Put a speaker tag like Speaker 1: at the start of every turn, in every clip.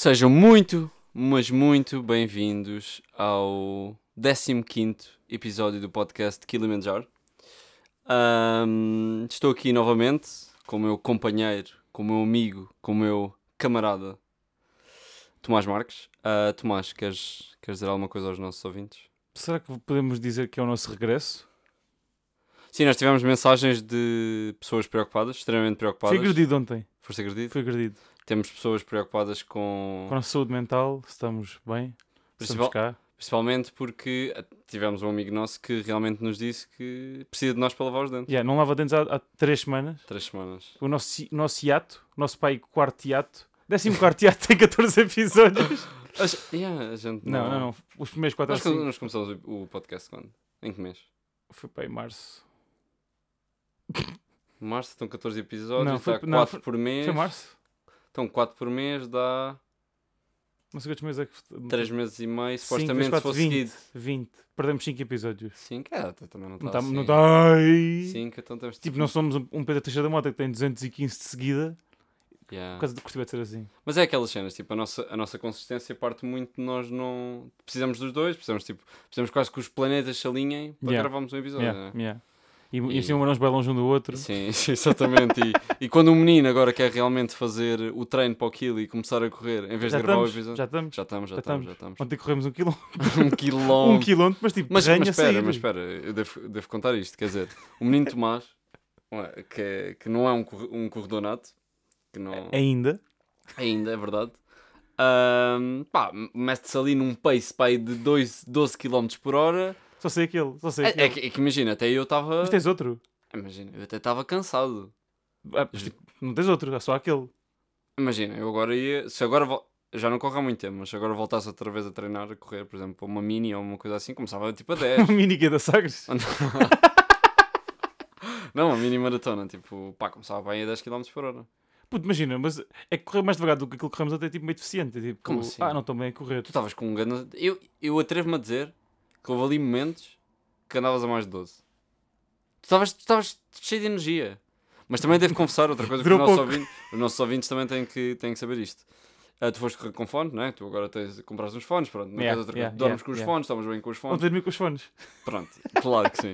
Speaker 1: Sejam muito, mas muito bem-vindos ao 15º episódio do podcast Kilimanjaro. Estou aqui novamente com o meu companheiro, com o meu amigo, com o meu camarada Tomás Marques. Tomás, queres dizer alguma coisa aos nossos ouvintes?
Speaker 2: Será que podemos dizer que é o nosso regresso?
Speaker 1: Sim, nós tivemos mensagens de pessoas preocupadas, extremamente preocupadas.
Speaker 2: Fui agredido ontem.
Speaker 1: Foste agredido?
Speaker 2: Fui agredido.
Speaker 1: Temos pessoas preocupadas com...
Speaker 2: Com a nossa saúde mental, se estamos bem, se estamos cá.
Speaker 1: Principalmente porque tivemos um amigo nosso que realmente nos disse que precisa de nós para lavar os dentes.
Speaker 2: Não lava dentes há 3 semanas.
Speaker 1: 3 semanas.
Speaker 2: O nosso hiato, o nosso pai quarto hiato, 14º hiato tem 14 episódios.
Speaker 1: A gente
Speaker 2: Não. Os primeiros 4 ou 5.
Speaker 1: Nós começamos o podcast quando? Em que mês?
Speaker 2: Foi para em março.
Speaker 1: Março, estão 14 episódios,
Speaker 2: Não,
Speaker 1: dá 4 por mês.
Speaker 2: Foi março?
Speaker 1: Então 4 por mês dá...
Speaker 2: Não sei quantos meses é que...
Speaker 1: 3 meses e meio,
Speaker 2: 5,
Speaker 1: supostamente
Speaker 2: 3, 4,
Speaker 1: se fosse
Speaker 2: 20,
Speaker 1: seguido.
Speaker 2: 20. Perdemos 5 episódios.
Speaker 1: 5? Também não
Speaker 2: Não
Speaker 1: está
Speaker 2: está.
Speaker 1: assim.
Speaker 2: Não está.
Speaker 1: 5, então temos...
Speaker 2: Tipo, não somos um Pedro Teixeira da Mota que tem 215 de seguida.
Speaker 1: Yeah.
Speaker 2: Por causa de curtir de ser assim.
Speaker 1: Mas é aquelas cenas, tipo, a nossa consistência parte muito de nós não... Precisamos dos dois, precisamos quase que os planetas se alinhem para gravarmos um episódio, né?
Speaker 2: E assim moramos bem longe um do outro.
Speaker 1: Sim, exatamente. E quando um menino agora quer realmente fazer o treino para o quilo e começar a correr, em vez de gravar o episódio...
Speaker 2: Já estamos. Ontem corremos 1 km.
Speaker 1: 1 quilómetro.
Speaker 2: 1 km, mas tipo,
Speaker 1: mas espera, eu devo contar isto. Quer dizer, o menino Tomás, que não é um corredor nato, que não...
Speaker 2: Ainda,
Speaker 1: é verdade. Mete-se ali num pace de 12 km por hora.
Speaker 2: Só sei aquele.
Speaker 1: É que imagina, até eu estava...
Speaker 2: Mas tens outro?
Speaker 1: Imagina, eu até estava cansado.
Speaker 2: Mas, tipo, não tens outro, é só aquele.
Speaker 1: Imagina, eu agora ia... Se agora... Já não corro há muito tempo, mas se agora voltasse outra vez a treinar, a correr, por exemplo, para uma mini ou uma coisa assim, começava tipo a 10.
Speaker 2: Uma mini que é da Sagres?
Speaker 1: Não, uma mini maratona, tipo, começava bem a 10 km por hora.
Speaker 2: Puto, imagina, mas é que correr mais devagar do que aquilo que corremos até é tipo meio deficiente. É tipo,
Speaker 1: como assim?
Speaker 2: Não estou bem a correr.
Speaker 1: Tu estavas com um grande... Eu atrevo-me a dizer que houve ali momentos que andavas a mais de 12. Tu estavas cheio de energia. Mas também devo confessar outra coisa, que os nossos ouvintes também têm que saber isto. Tu foste correr com fones, não é? Tu agora compraste uns fones, pronto. Dormes com os fones, estamos bem com os fones.
Speaker 2: Ontem dormi com os fones.
Speaker 1: Pronto, claro que sim.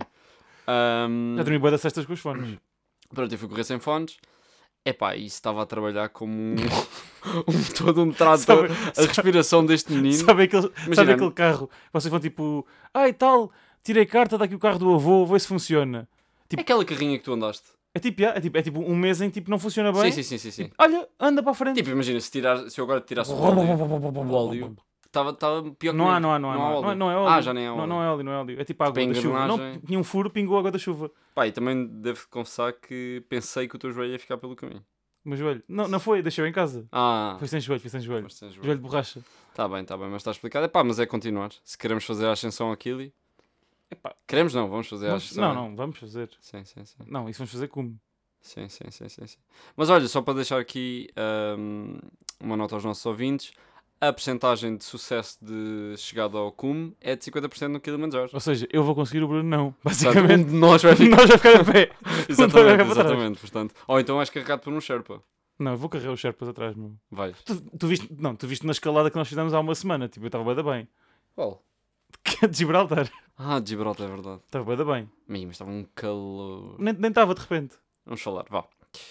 Speaker 2: Já dormi bué das cestas com os fones.
Speaker 1: Pronto, eu fui correr sem fones. E isso estava a trabalhar como todo um trator. A respiração deste menino.
Speaker 2: Sabe aquele carro? Vocês vão tipo, tal, tirei carta, dá aqui o carro do avô, vê se funciona. Tipo,
Speaker 1: é aquela carrinha que tu andaste.
Speaker 2: É tipo um mês em que não funciona bem.
Speaker 1: Sim.
Speaker 2: Tipo, olha, anda para a frente.
Speaker 1: Tipo, imagina, se eu agora tirasse o óleo, estava pior que
Speaker 2: não há óleo.
Speaker 1: Não é óleo. Já nem é óleo.
Speaker 2: Não é óleo. É tipo água da chuva. Não, tinha um furo, pingou água da chuva.
Speaker 1: E também devo confessar que pensei que o teu joelho ia ficar pelo caminho.
Speaker 2: O meu joelho? Não foi, deixou em casa. Foi sem joelho. Joelho de borracha.
Speaker 1: Está bem, mas está explicado. Mas é continuar. Se queremos fazer a ascensão àquilo... Queremos não, vamos fazer a ascensão.
Speaker 2: Não, vamos fazer.
Speaker 1: Sim.
Speaker 2: Não, isso vamos fazer como?
Speaker 1: Sim. Mas olha, só para deixar aqui uma nota aos nossos ouvintes, a percentagem de sucesso de chegada ao cume é de 50% no Kilimanjaro.
Speaker 2: Ou seja, eu vou conseguir, o Bruno não. Basicamente,
Speaker 1: nós vai
Speaker 2: ficar a pé.
Speaker 1: Exatamente, portanto. Ou então és carregado por um Sherpa.
Speaker 2: Não, eu vou carregar os Sherpas atrás, meu.
Speaker 1: Vais.
Speaker 2: Tu viste na escalada que nós fizemos há uma semana. Tipo, eu estava bem.
Speaker 1: Qual?
Speaker 2: De Gibraltar.
Speaker 1: De Gibraltar, é verdade.
Speaker 2: Estava bem.
Speaker 1: Mas estava um calor.
Speaker 2: Nem estava de repente.
Speaker 1: Vamos falar, vá.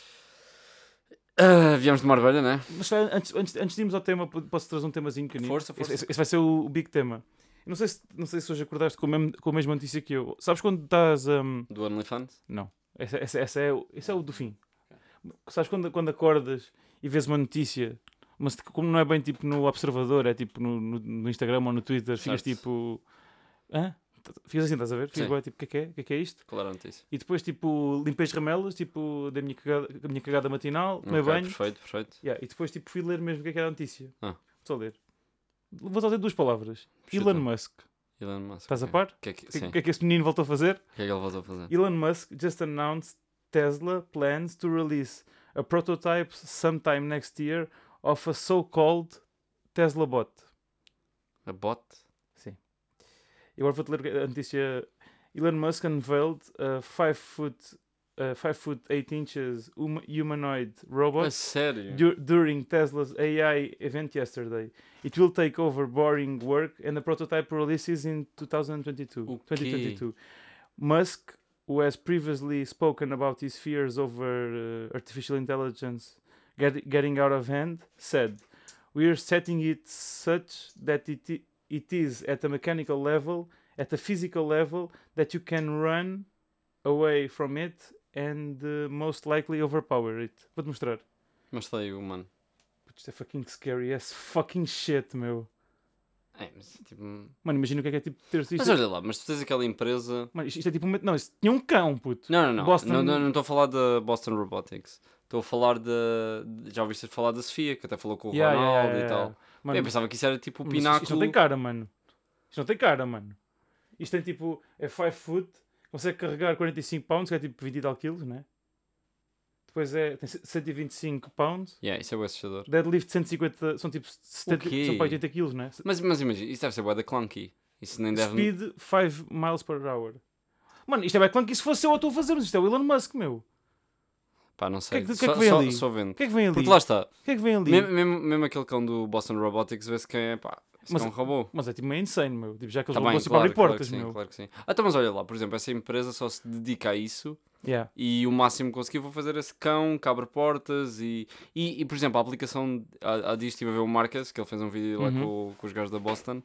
Speaker 1: Viemos de Marbella, não é?
Speaker 2: Mas antes de irmos ao tema, posso trazer um temazinho pequenino?
Speaker 1: Força.
Speaker 2: Esse vai ser o big tema. Não sei se hoje acordaste com a mesma notícia que eu. Sabes quando estás...
Speaker 1: Do OnlyFans?
Speaker 2: Não. Esse é o do fim. Okay. Sabes quando acordas e vês uma notícia, mas como não é bem tipo no Observador, é tipo no Instagram ou no Twitter, ficas tipo... Hã? Ficas assim, estás a ver? Ficas bem, tipo, o que é isto?
Speaker 1: Qual era a notícia?
Speaker 2: E depois, tipo, limpei as ramelas, tipo, da minha cagada matinal, tomei banho.
Speaker 1: Perfeito.
Speaker 2: E depois, tipo, fui ler mesmo o que era a notícia.
Speaker 1: Vou
Speaker 2: só ler. Vou só ler 2 palavras. Elon Musk. Estás a par? O que é que esse menino voltou a fazer?
Speaker 1: O que é que ele voltou a fazer?
Speaker 2: Elon Musk just announced Tesla plans to release a prototype sometime next year of a so-called Tesla bot.
Speaker 1: A bot?
Speaker 2: Sim. E agora vou-te ler a notícia. Elon Musk unveiled a 5-foot 5 foot 8 inches humanoid
Speaker 1: A
Speaker 2: robot
Speaker 1: sério?
Speaker 2: during Tesla's AI event yesterday. It will take over boring work and the prototype releases in 2022.
Speaker 1: O quê?
Speaker 2: 2022. Musk, who has previously spoken about his fears over artificial intelligence getting out of hand, said, "We are setting it such that it is at a mechanical level, at a physical level, that you can run away from it and most likely overpower it." Vou-te mostrar.
Speaker 1: Mas está aí, mano.
Speaker 2: Isto é fucking scary as fucking shit, meu.
Speaker 1: É, mas tipo...
Speaker 2: Mano, imagina o que é tipo ter isto.
Speaker 1: Mas olha lá, mas tu tens aquela empresa...
Speaker 2: Mano, isto é tipo um... Não, isto tinha um cão, puto.
Speaker 1: Não.
Speaker 2: Boston-
Speaker 1: Não estou a falar da Boston Robotics. Estou a falar Já ouviste falar da Sofia, que até falou com o Ronaldo e tal.
Speaker 2: Mano,
Speaker 1: Eu pensava que isso era tipo o
Speaker 2: mas
Speaker 1: pináculo.
Speaker 2: isto não tem cara, mano. Isto não tem cara, mano. Isto tem tipo... É 5 foot, consegue carregar 45 pounds, que é tipo 20 e tal quilos, né? Depois tem 125 pounds.
Speaker 1: Yeah, isso é o assustador.
Speaker 2: Deadlift 150, são tipo 70,
Speaker 1: quê?
Speaker 2: são para 80 quilos, né?
Speaker 1: Mas imagina, isso deve ser bué da clunky. Isso nem deve...
Speaker 2: Speed 5 miles per hour. Mano, isto é bem claro que isso fosse eu a estou a fazer, mas isto é o Elon Musk, meu.
Speaker 1: Pá, não sei.
Speaker 2: O que é que vem ali?
Speaker 1: Só vendo.
Speaker 2: O que é que vem ali?
Speaker 1: Porque lá está.
Speaker 2: O que é que vem ali?
Speaker 1: Mesmo aquele cão do Boston Robotics, vê-se quem é, pá. Esse
Speaker 2: Mas-
Speaker 1: cão robô.
Speaker 2: Mas é tipo meio insane, meu. Tipo, já que eles
Speaker 1: Tá
Speaker 2: vão
Speaker 1: bem,
Speaker 2: para abrir
Speaker 1: claro
Speaker 2: portas,
Speaker 1: que sim,
Speaker 2: meu.
Speaker 1: claro que sim. Então, mas olha lá, por exemplo, essa empresa só se dedica a isso
Speaker 2: Yeah.
Speaker 1: e o máximo que conseguiu foi fazer esse cão que abre portas e por exemplo, a aplicação, há dias estive a ver o Marcus, que ele fez um vídeo lá com os gajos da Boston,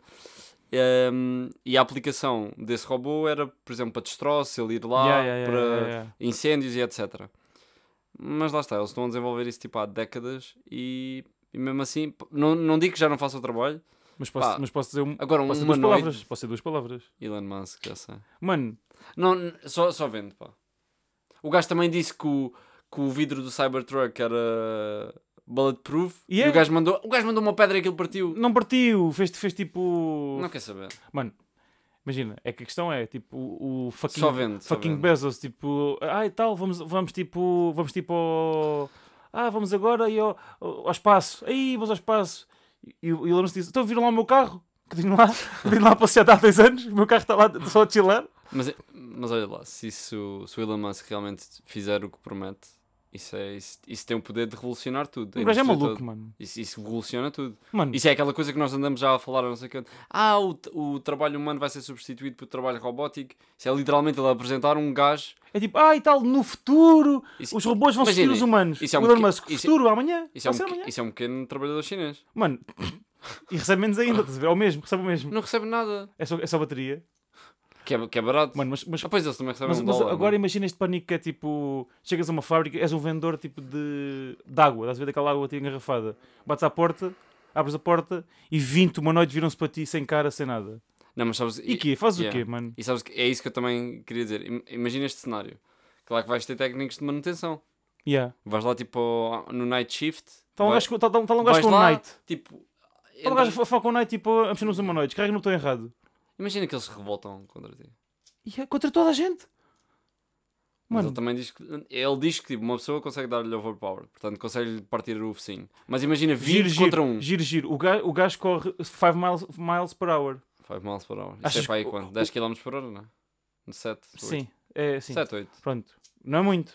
Speaker 1: e a aplicação desse robô era, por exemplo, para destroço, ele ir lá, para incêndios e etc. Mas lá está, eles estão a desenvolver isso tipo há décadas e mesmo assim, não digo que já não faça o trabalho.
Speaker 2: Mas
Speaker 1: Pá,
Speaker 2: posso dizer
Speaker 1: agora
Speaker 2: posso dizer
Speaker 1: uma
Speaker 2: duas
Speaker 1: noite,
Speaker 2: palavras. Posso dizer duas palavras.
Speaker 1: Elon Musk, já sei.
Speaker 2: Mano,
Speaker 1: Não, só vende, pá. O gajo também disse que o vidro do Cybertruck era bulletproof e o gajo mandou uma pedra e aquilo partiu.
Speaker 2: não partiu. Fez tipo...
Speaker 1: Não quer saber.
Speaker 2: Mano, imagina. É que a questão é, tipo, o fucking...
Speaker 1: Só vende.
Speaker 2: Bezos, tipo... E tal, vamos tipo ao... vamos agora e ao espaço. Aí, vamos ao espaço. E o Elon disse, então viram lá o meu carro? Que vim lá passear há 2 anos. O meu carro está lá só a chilar.
Speaker 1: Mas olha lá, se o Elon Musk realmente fizer o que promete, isso tem o poder de revolucionar tudo.
Speaker 2: O gajo é maluco, mano.
Speaker 1: Isso revoluciona tudo.
Speaker 2: Mano,
Speaker 1: Isso é aquela coisa que nós andamos já a falar, não sei o quê. O trabalho humano vai ser substituído pelo trabalho robótico. Isso é literalmente ele apresentar um gajo.
Speaker 2: é tipo, e tal, no futuro,
Speaker 1: Isso-
Speaker 2: os robôs vão
Speaker 1: imagina,
Speaker 2: substituir os humanos.
Speaker 1: isso é
Speaker 2: O
Speaker 1: um
Speaker 2: Elon
Speaker 1: pequ-
Speaker 2: Musk,
Speaker 1: isso-
Speaker 2: futuro, amanhã.
Speaker 1: Isso é,
Speaker 2: Vai ser amanhã.
Speaker 1: isso é um pequeno trabalhador chinês.
Speaker 2: Mano, e recebe menos ainda, estás a ver? É o mesmo, recebe o mesmo.
Speaker 1: Não recebe nada.
Speaker 2: É só bateria.
Speaker 1: Que é barato.
Speaker 2: Mano, mas
Speaker 1: Pois eles também recebem
Speaker 2: mas
Speaker 1: $1.
Speaker 2: agora
Speaker 1: não é?
Speaker 2: imagina este pânico que é tipo, chegas a uma fábrica, és um vendedor tipo de água, estás a ver daquela água tipo engarrafada. Bates à porta, abres a porta e 20 humanoides viram-se para ti sem cara, sem nada.
Speaker 1: Não, mas sabes...
Speaker 2: E quê? Fazes
Speaker 1: yeah.
Speaker 2: o quê, mano?
Speaker 1: E sabes que é isso que eu também queria dizer. Imagina este cenário. Claro que vais ter técnicos de manutenção.
Speaker 2: Yeah.
Speaker 1: Vais lá tipo no night shift.
Speaker 2: Está um gajo com
Speaker 1: vais
Speaker 2: o
Speaker 1: lá,
Speaker 2: Night.
Speaker 1: Tipo...
Speaker 2: Está um gajo a falar com o Night tipo a mexer nos humanoides, carrega no botão errado.
Speaker 1: Imagina que eles se revoltam contra ti.
Speaker 2: E é contra toda a gente.
Speaker 1: Mas
Speaker 2: Mano,
Speaker 1: ele também diz que... Ele diz que tipo, uma pessoa consegue dar-lhe overpower. Portanto, consegue-lhe partir o focinho. Mas imagina 20 contra 1.
Speaker 2: Giro. O gajo corre 5 miles per hour.
Speaker 1: 5 miles por hora. Isso
Speaker 2: Achas
Speaker 1: é para aí
Speaker 2: que
Speaker 1: quanto? 10 km por hora, não é? 7, 8.
Speaker 2: Sim, é sim.
Speaker 1: 7, 8.
Speaker 2: Pronto. Não é muito.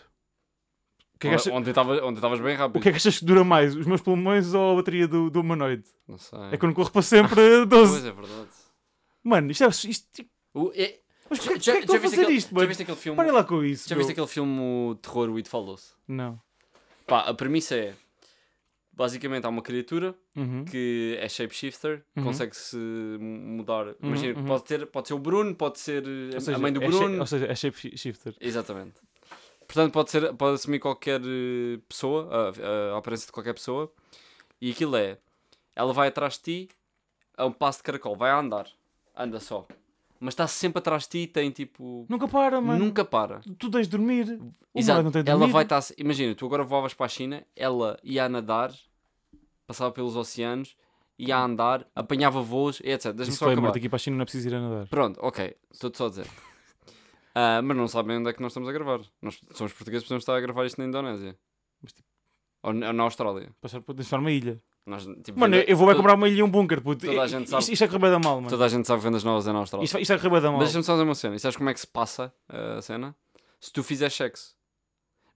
Speaker 2: O que é que achas-
Speaker 1: Ontem estavas bem rápido.
Speaker 2: o que é que achas que dura mais? Os meus pulmões ou a bateria do humanoide?
Speaker 1: Não sei.
Speaker 2: É que eu não corro para sempre 12.
Speaker 1: Pois é verdade.
Speaker 2: Mano, isto mas porquê que estou a fazer isto,
Speaker 1: Já
Speaker 2: mano?
Speaker 1: viste aquele filme?
Speaker 2: Parem lá com isso.
Speaker 1: Já
Speaker 2: meu.
Speaker 1: viste aquele filme o Terror, o It Follows?
Speaker 2: Não.
Speaker 1: Pá, a premissa é... Basicamente há uma criatura
Speaker 2: Uhum.
Speaker 1: que é shapeshifter,
Speaker 2: Uhum.
Speaker 1: consegue-se mudar. Imagina,
Speaker 2: uhum.
Speaker 1: pode ser o Bruno, pode ser
Speaker 2: Ou seja,
Speaker 1: a mãe do
Speaker 2: é
Speaker 1: Bruno.
Speaker 2: ou seja, é shapeshifter.
Speaker 1: Exatamente. Portanto, pode assumir qualquer pessoa, a aparência de qualquer pessoa. E aquilo é... Ela vai atrás de ti a um passo de caracol. Vai a andar. Anda só. Mas está sempre atrás de ti e tem tipo...
Speaker 2: Nunca para, mano.
Speaker 1: Nunca para.
Speaker 2: Tu tens de dormir. O
Speaker 1: Exato.
Speaker 2: humanoide não tem de
Speaker 1: Ela
Speaker 2: dormir.
Speaker 1: vai estar... Imagina, tu agora voavas para a China, ela ia a nadar, passava pelos oceanos, ia a andar, apanhava voos, e etc. Deixa-me
Speaker 2: Isso
Speaker 1: só
Speaker 2: foi
Speaker 1: acabar.
Speaker 2: morto aqui para a China, não é preciso ir a nadar.
Speaker 1: Pronto, ok. Estou-te só a dizer. Mas não sabem onde é que nós estamos a gravar. Nós somos portugueses, podemos estar a gravar isto na Indonésia.
Speaker 2: Mas, tipo,
Speaker 1: Ou na Austrália.
Speaker 2: Passar por transformar uma ilha.
Speaker 1: Nós, tipo,
Speaker 2: Mano, eu vou comprar uma ilha e um bunker, puto.
Speaker 1: toda a gente sabe-
Speaker 2: Isto é correr da mal, mano.
Speaker 1: Toda a gente sabe que vendas novas é na Austrália.
Speaker 2: Isto é correr da mal.
Speaker 1: Mas deixa-me só dizer uma cena. E sabes como é que se passa a cena? Se tu fizeres sexo.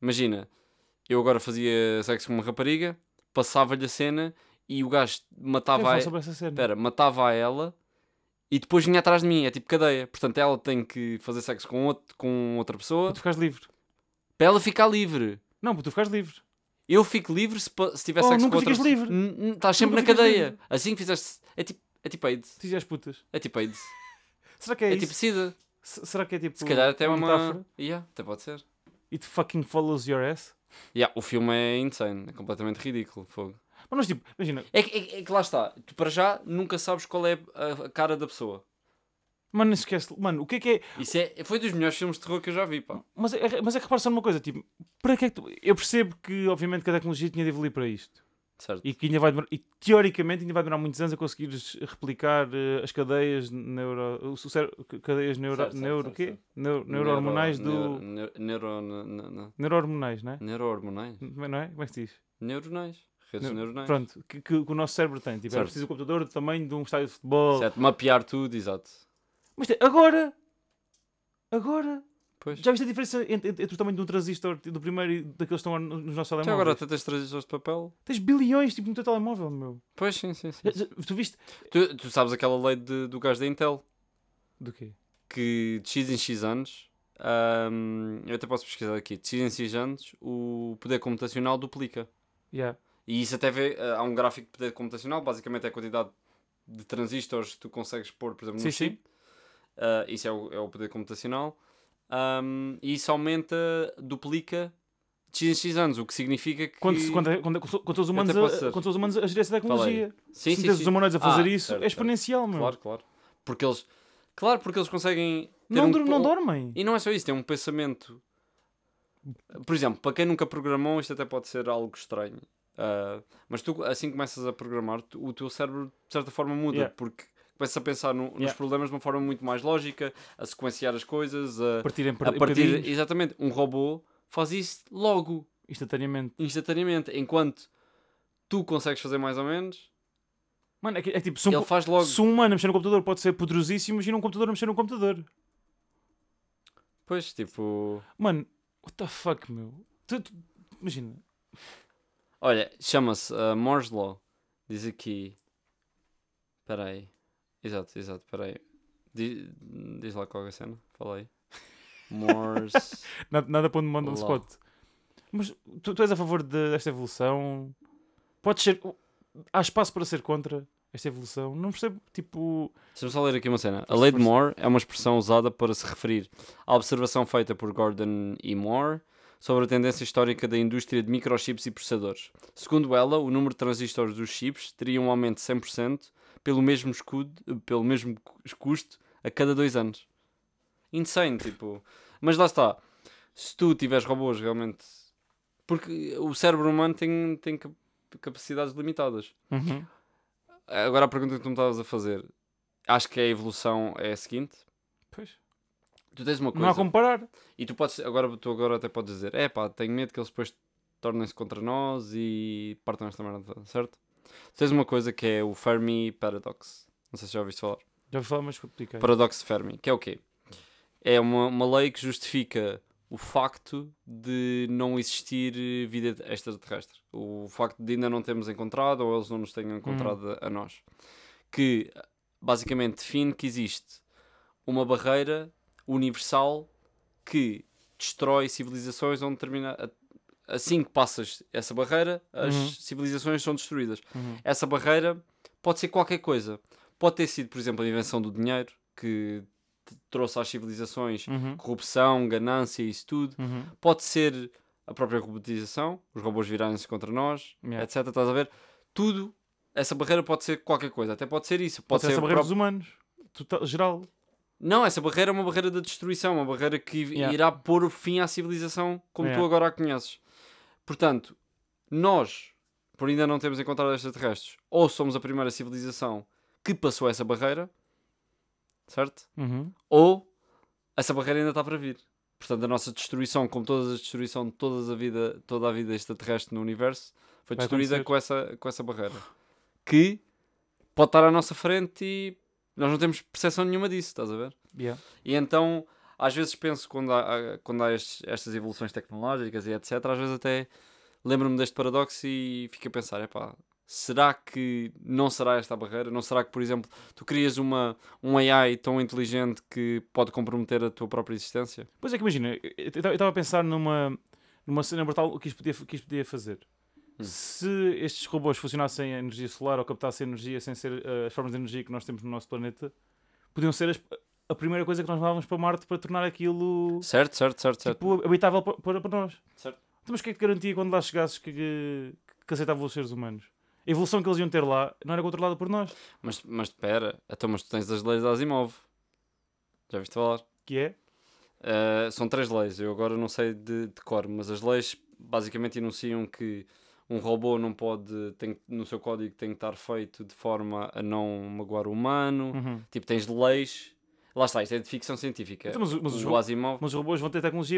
Speaker 1: Imagina, eu agora fazia sexo com uma rapariga, passava-lhe a cena e o gajo
Speaker 2: Eu
Speaker 1: matava
Speaker 2: falo
Speaker 1: a...
Speaker 2: sobre essa cena.
Speaker 1: Espera, matava a ela e depois vinha atrás de mim. É tipo cadeia. Portanto, ela tem que fazer sexo com outra pessoa
Speaker 2: Para tu ficares livre.
Speaker 1: para ela ficar livre.
Speaker 2: Não, para tu ficares livre.
Speaker 1: Eu fico livre se tiver sexo
Speaker 2: nunca
Speaker 1: com outra
Speaker 2: ficas livre.
Speaker 1: Estás sempre
Speaker 2: Nunca
Speaker 1: na
Speaker 2: ficas
Speaker 1: cadeia.
Speaker 2: livre.
Speaker 1: Assim que fizeste... É tipo AIDS.
Speaker 2: Se fizeres putas.
Speaker 1: É tipo AIDS.
Speaker 2: Será que é,
Speaker 1: É
Speaker 2: isso?
Speaker 1: tipo SIDA.
Speaker 2: Será que é tipo
Speaker 1: Se calhar até
Speaker 2: uma
Speaker 1: uma...
Speaker 2: metáfora?
Speaker 1: Yeah, até pode ser.
Speaker 2: It fucking follows your ass?
Speaker 1: Yeah, o filme é insane. É completamente ridículo. Fogo.
Speaker 2: Mas tipo, imagina.
Speaker 1: É que lá está. Tu para já nunca sabes qual é a cara da pessoa.
Speaker 2: Mano, não esquece. Mano, o que é...
Speaker 1: Isso foi dos melhores filmes de terror que eu já vi, pá.
Speaker 2: Mas é que repara só numa coisa, tipo, para que é que tu... Eu percebo que, obviamente, que a tecnologia tinha de evoluir para isto.
Speaker 1: Certo.
Speaker 2: E que ainda vai demorar, e teoricamente ainda vai demorar muitos anos a conseguires replicar as cadeias cadeias neurohormonais do... Neurohormonais, não é?
Speaker 1: Neurohormonais?
Speaker 2: Não é? Como é que se diz?
Speaker 1: Neuronais. Redes neuronais.
Speaker 2: Pronto, que o nosso cérebro tem. Tipo, é
Speaker 1: Certo.
Speaker 2: preciso um computador do tamanho de um estádio de futebol.
Speaker 1: Certo. Mapear tudo, exato.
Speaker 2: Mas agora,
Speaker 1: Pois.
Speaker 2: já viste a diferença entre o tamanho de um transistor do primeiro e daqueles que estão nos nossos
Speaker 1: Até
Speaker 2: telemóveis?
Speaker 1: agora até tens transistores de papel.
Speaker 2: Tens bilhões tipo, no teu telemóvel, meu.
Speaker 1: Pois, sim.
Speaker 2: Tu viste?
Speaker 1: Tu sabes aquela lei do gajo da Intel?
Speaker 2: Do quê?
Speaker 1: Que de X em X anos... eu até posso pesquisar aqui. De X em X anos, o poder computacional duplica.
Speaker 2: Yeah.
Speaker 1: E isso até há um gráfico de poder computacional, basicamente é a quantidade de transistores que tu consegues pôr, por exemplo, no chip. Isso é o poder computacional. E isso aumenta, duplica de X em X anos, o que significa que...
Speaker 2: Quando os humanos a gerir essa tecnologia.
Speaker 1: Sim,
Speaker 2: Se metes os humanoides a fazer isso,
Speaker 1: certo,
Speaker 2: é exponencial, meu.
Speaker 1: Claro. Porque eles conseguem... ter
Speaker 2: Não dormem.
Speaker 1: E não é só isso, tem um pensamento... Por exemplo, para quem nunca programou, isto até pode ser algo estranho. Mas tu, assim que começas a programar, o teu cérebro, de certa forma, muda. Porque começas a pensar nos problemas de uma forma muito mais lógica, a sequenciar as coisas, a partir... Exatamente. Um robô faz isso logo. Instantaneamente. Enquanto tu consegues fazer mais ou menos...
Speaker 2: Mano, é tipo,
Speaker 1: ele faz logo.
Speaker 2: Se um humano a mexer no computador pode ser poderosíssimo, imagina um computador a mexer no computador.
Speaker 1: Pois, tipo...
Speaker 2: Mano, what the fuck, meu? Imagina.
Speaker 1: Olha, chama-se Moore's Law. Diz aqui... Espera aí. Exato, espera aí. Diz lá qual é a cena. Fala aí. Moore's...
Speaker 2: nada para onde manda no spot. Mas tu és a favor desta evolução? Pode ser... Há espaço para ser contra esta evolução? Não percebo, tipo...
Speaker 1: Deixa-me só ler aqui uma cena. A lei de Moore é uma expressão usada para se referir à observação feita por Gordon E. Moore sobre a tendência histórica da indústria de microchips e processadores. Segundo ela, o número de transistores dos chips teria um aumento de 100% pelo mesmo custo a cada 2 anos. Insane, tipo... Mas lá está. Se tu tiveres robôs realmente... Porque o cérebro humano tem capacidades limitadas.
Speaker 2: Uhum.
Speaker 1: Agora a pergunta que tu me estavas a fazer, acho que a evolução é a seguinte.
Speaker 2: Pois.
Speaker 1: Tu tens uma coisa...
Speaker 2: Não há como parar.
Speaker 1: E tu agora até podes dizer, tenho medo que eles depois tornem-se contra nós e partam esta merda, certo? Tu tens uma coisa que é o Fermi Paradox. Não sei se já ouviste falar.
Speaker 2: Já ouvi falar, mas expliquei.
Speaker 1: Paradoxo de Fermi, que é o quê? É uma lei que justifica o facto de não existir vida extraterrestre. O facto de ainda não termos encontrado ou eles não nos tenham encontrado a nós. Que basicamente define que existe uma barreira universal que destrói civilizações onde termina... Assim que passas essa barreira, as civilizações são destruídas. Essa barreira pode ser qualquer coisa. Pode ter sido, por exemplo, a invenção do dinheiro, que trouxe às civilizações corrupção, ganância e isso tudo. Pode ser a própria robotização, os robôs virarem-se contra nós, etc. Estás a ver? Tudo, essa barreira pode ser qualquer coisa. Até pode ser isso.
Speaker 2: Pode ser essa barreira dos humanos. Geral.
Speaker 1: Não, essa barreira é uma barreira da destruição. Uma barreira que irá pôr o fim à civilização como tu agora a conheces. Portanto, nós, por ainda não termos encontrado extraterrestres, ou somos a primeira civilização que passou essa barreira, certo? Ou essa barreira ainda está para vir. Portanto, a nossa destruição, como toda a destruição de toda a vida extraterrestre no universo, foi destruída com essa barreira. Que pode estar à nossa frente e nós não temos percepção nenhuma disso, estás a ver?
Speaker 2: Yeah.
Speaker 1: E então às vezes penso quando há estas evoluções tecnológicas e etc. Às vezes até lembro-me deste paradoxo e fico a pensar, epá, será que não será esta a barreira? Não será que, por exemplo, tu crias um AI tão inteligente que pode comprometer a tua própria existência?
Speaker 2: Pois é que imagina, eu estava a pensar numa cena brutal o que isto podia fazer. Se estes robôs funcionassem a energia solar ou captassem energia sem ser as formas de energia que nós temos no nosso planeta, podiam ser a primeira coisa que nós levávamos para Marte para tornar aquilo
Speaker 1: Certo.
Speaker 2: tipo, habitável para nós.
Speaker 1: Certo.
Speaker 2: Então, mas o que é que te garantia quando lá chegasses que aceitavam os seres humanos? A evolução que eles iam ter lá não era controlada por nós.
Speaker 1: Mas espera, então, mas tu tens as leis de Asimov. Já viste falar?
Speaker 2: Que é?
Speaker 1: São 3 leis, eu agora não sei de cor, mas as leis basicamente enunciam que um robô não pode, no seu código tem que estar feito de forma a não magoar o humano. Tipo, tens leis. Lá está, isto é de ficção científica.
Speaker 2: Então, mas
Speaker 1: o Asimov...
Speaker 2: os robôs vão ter tecnologia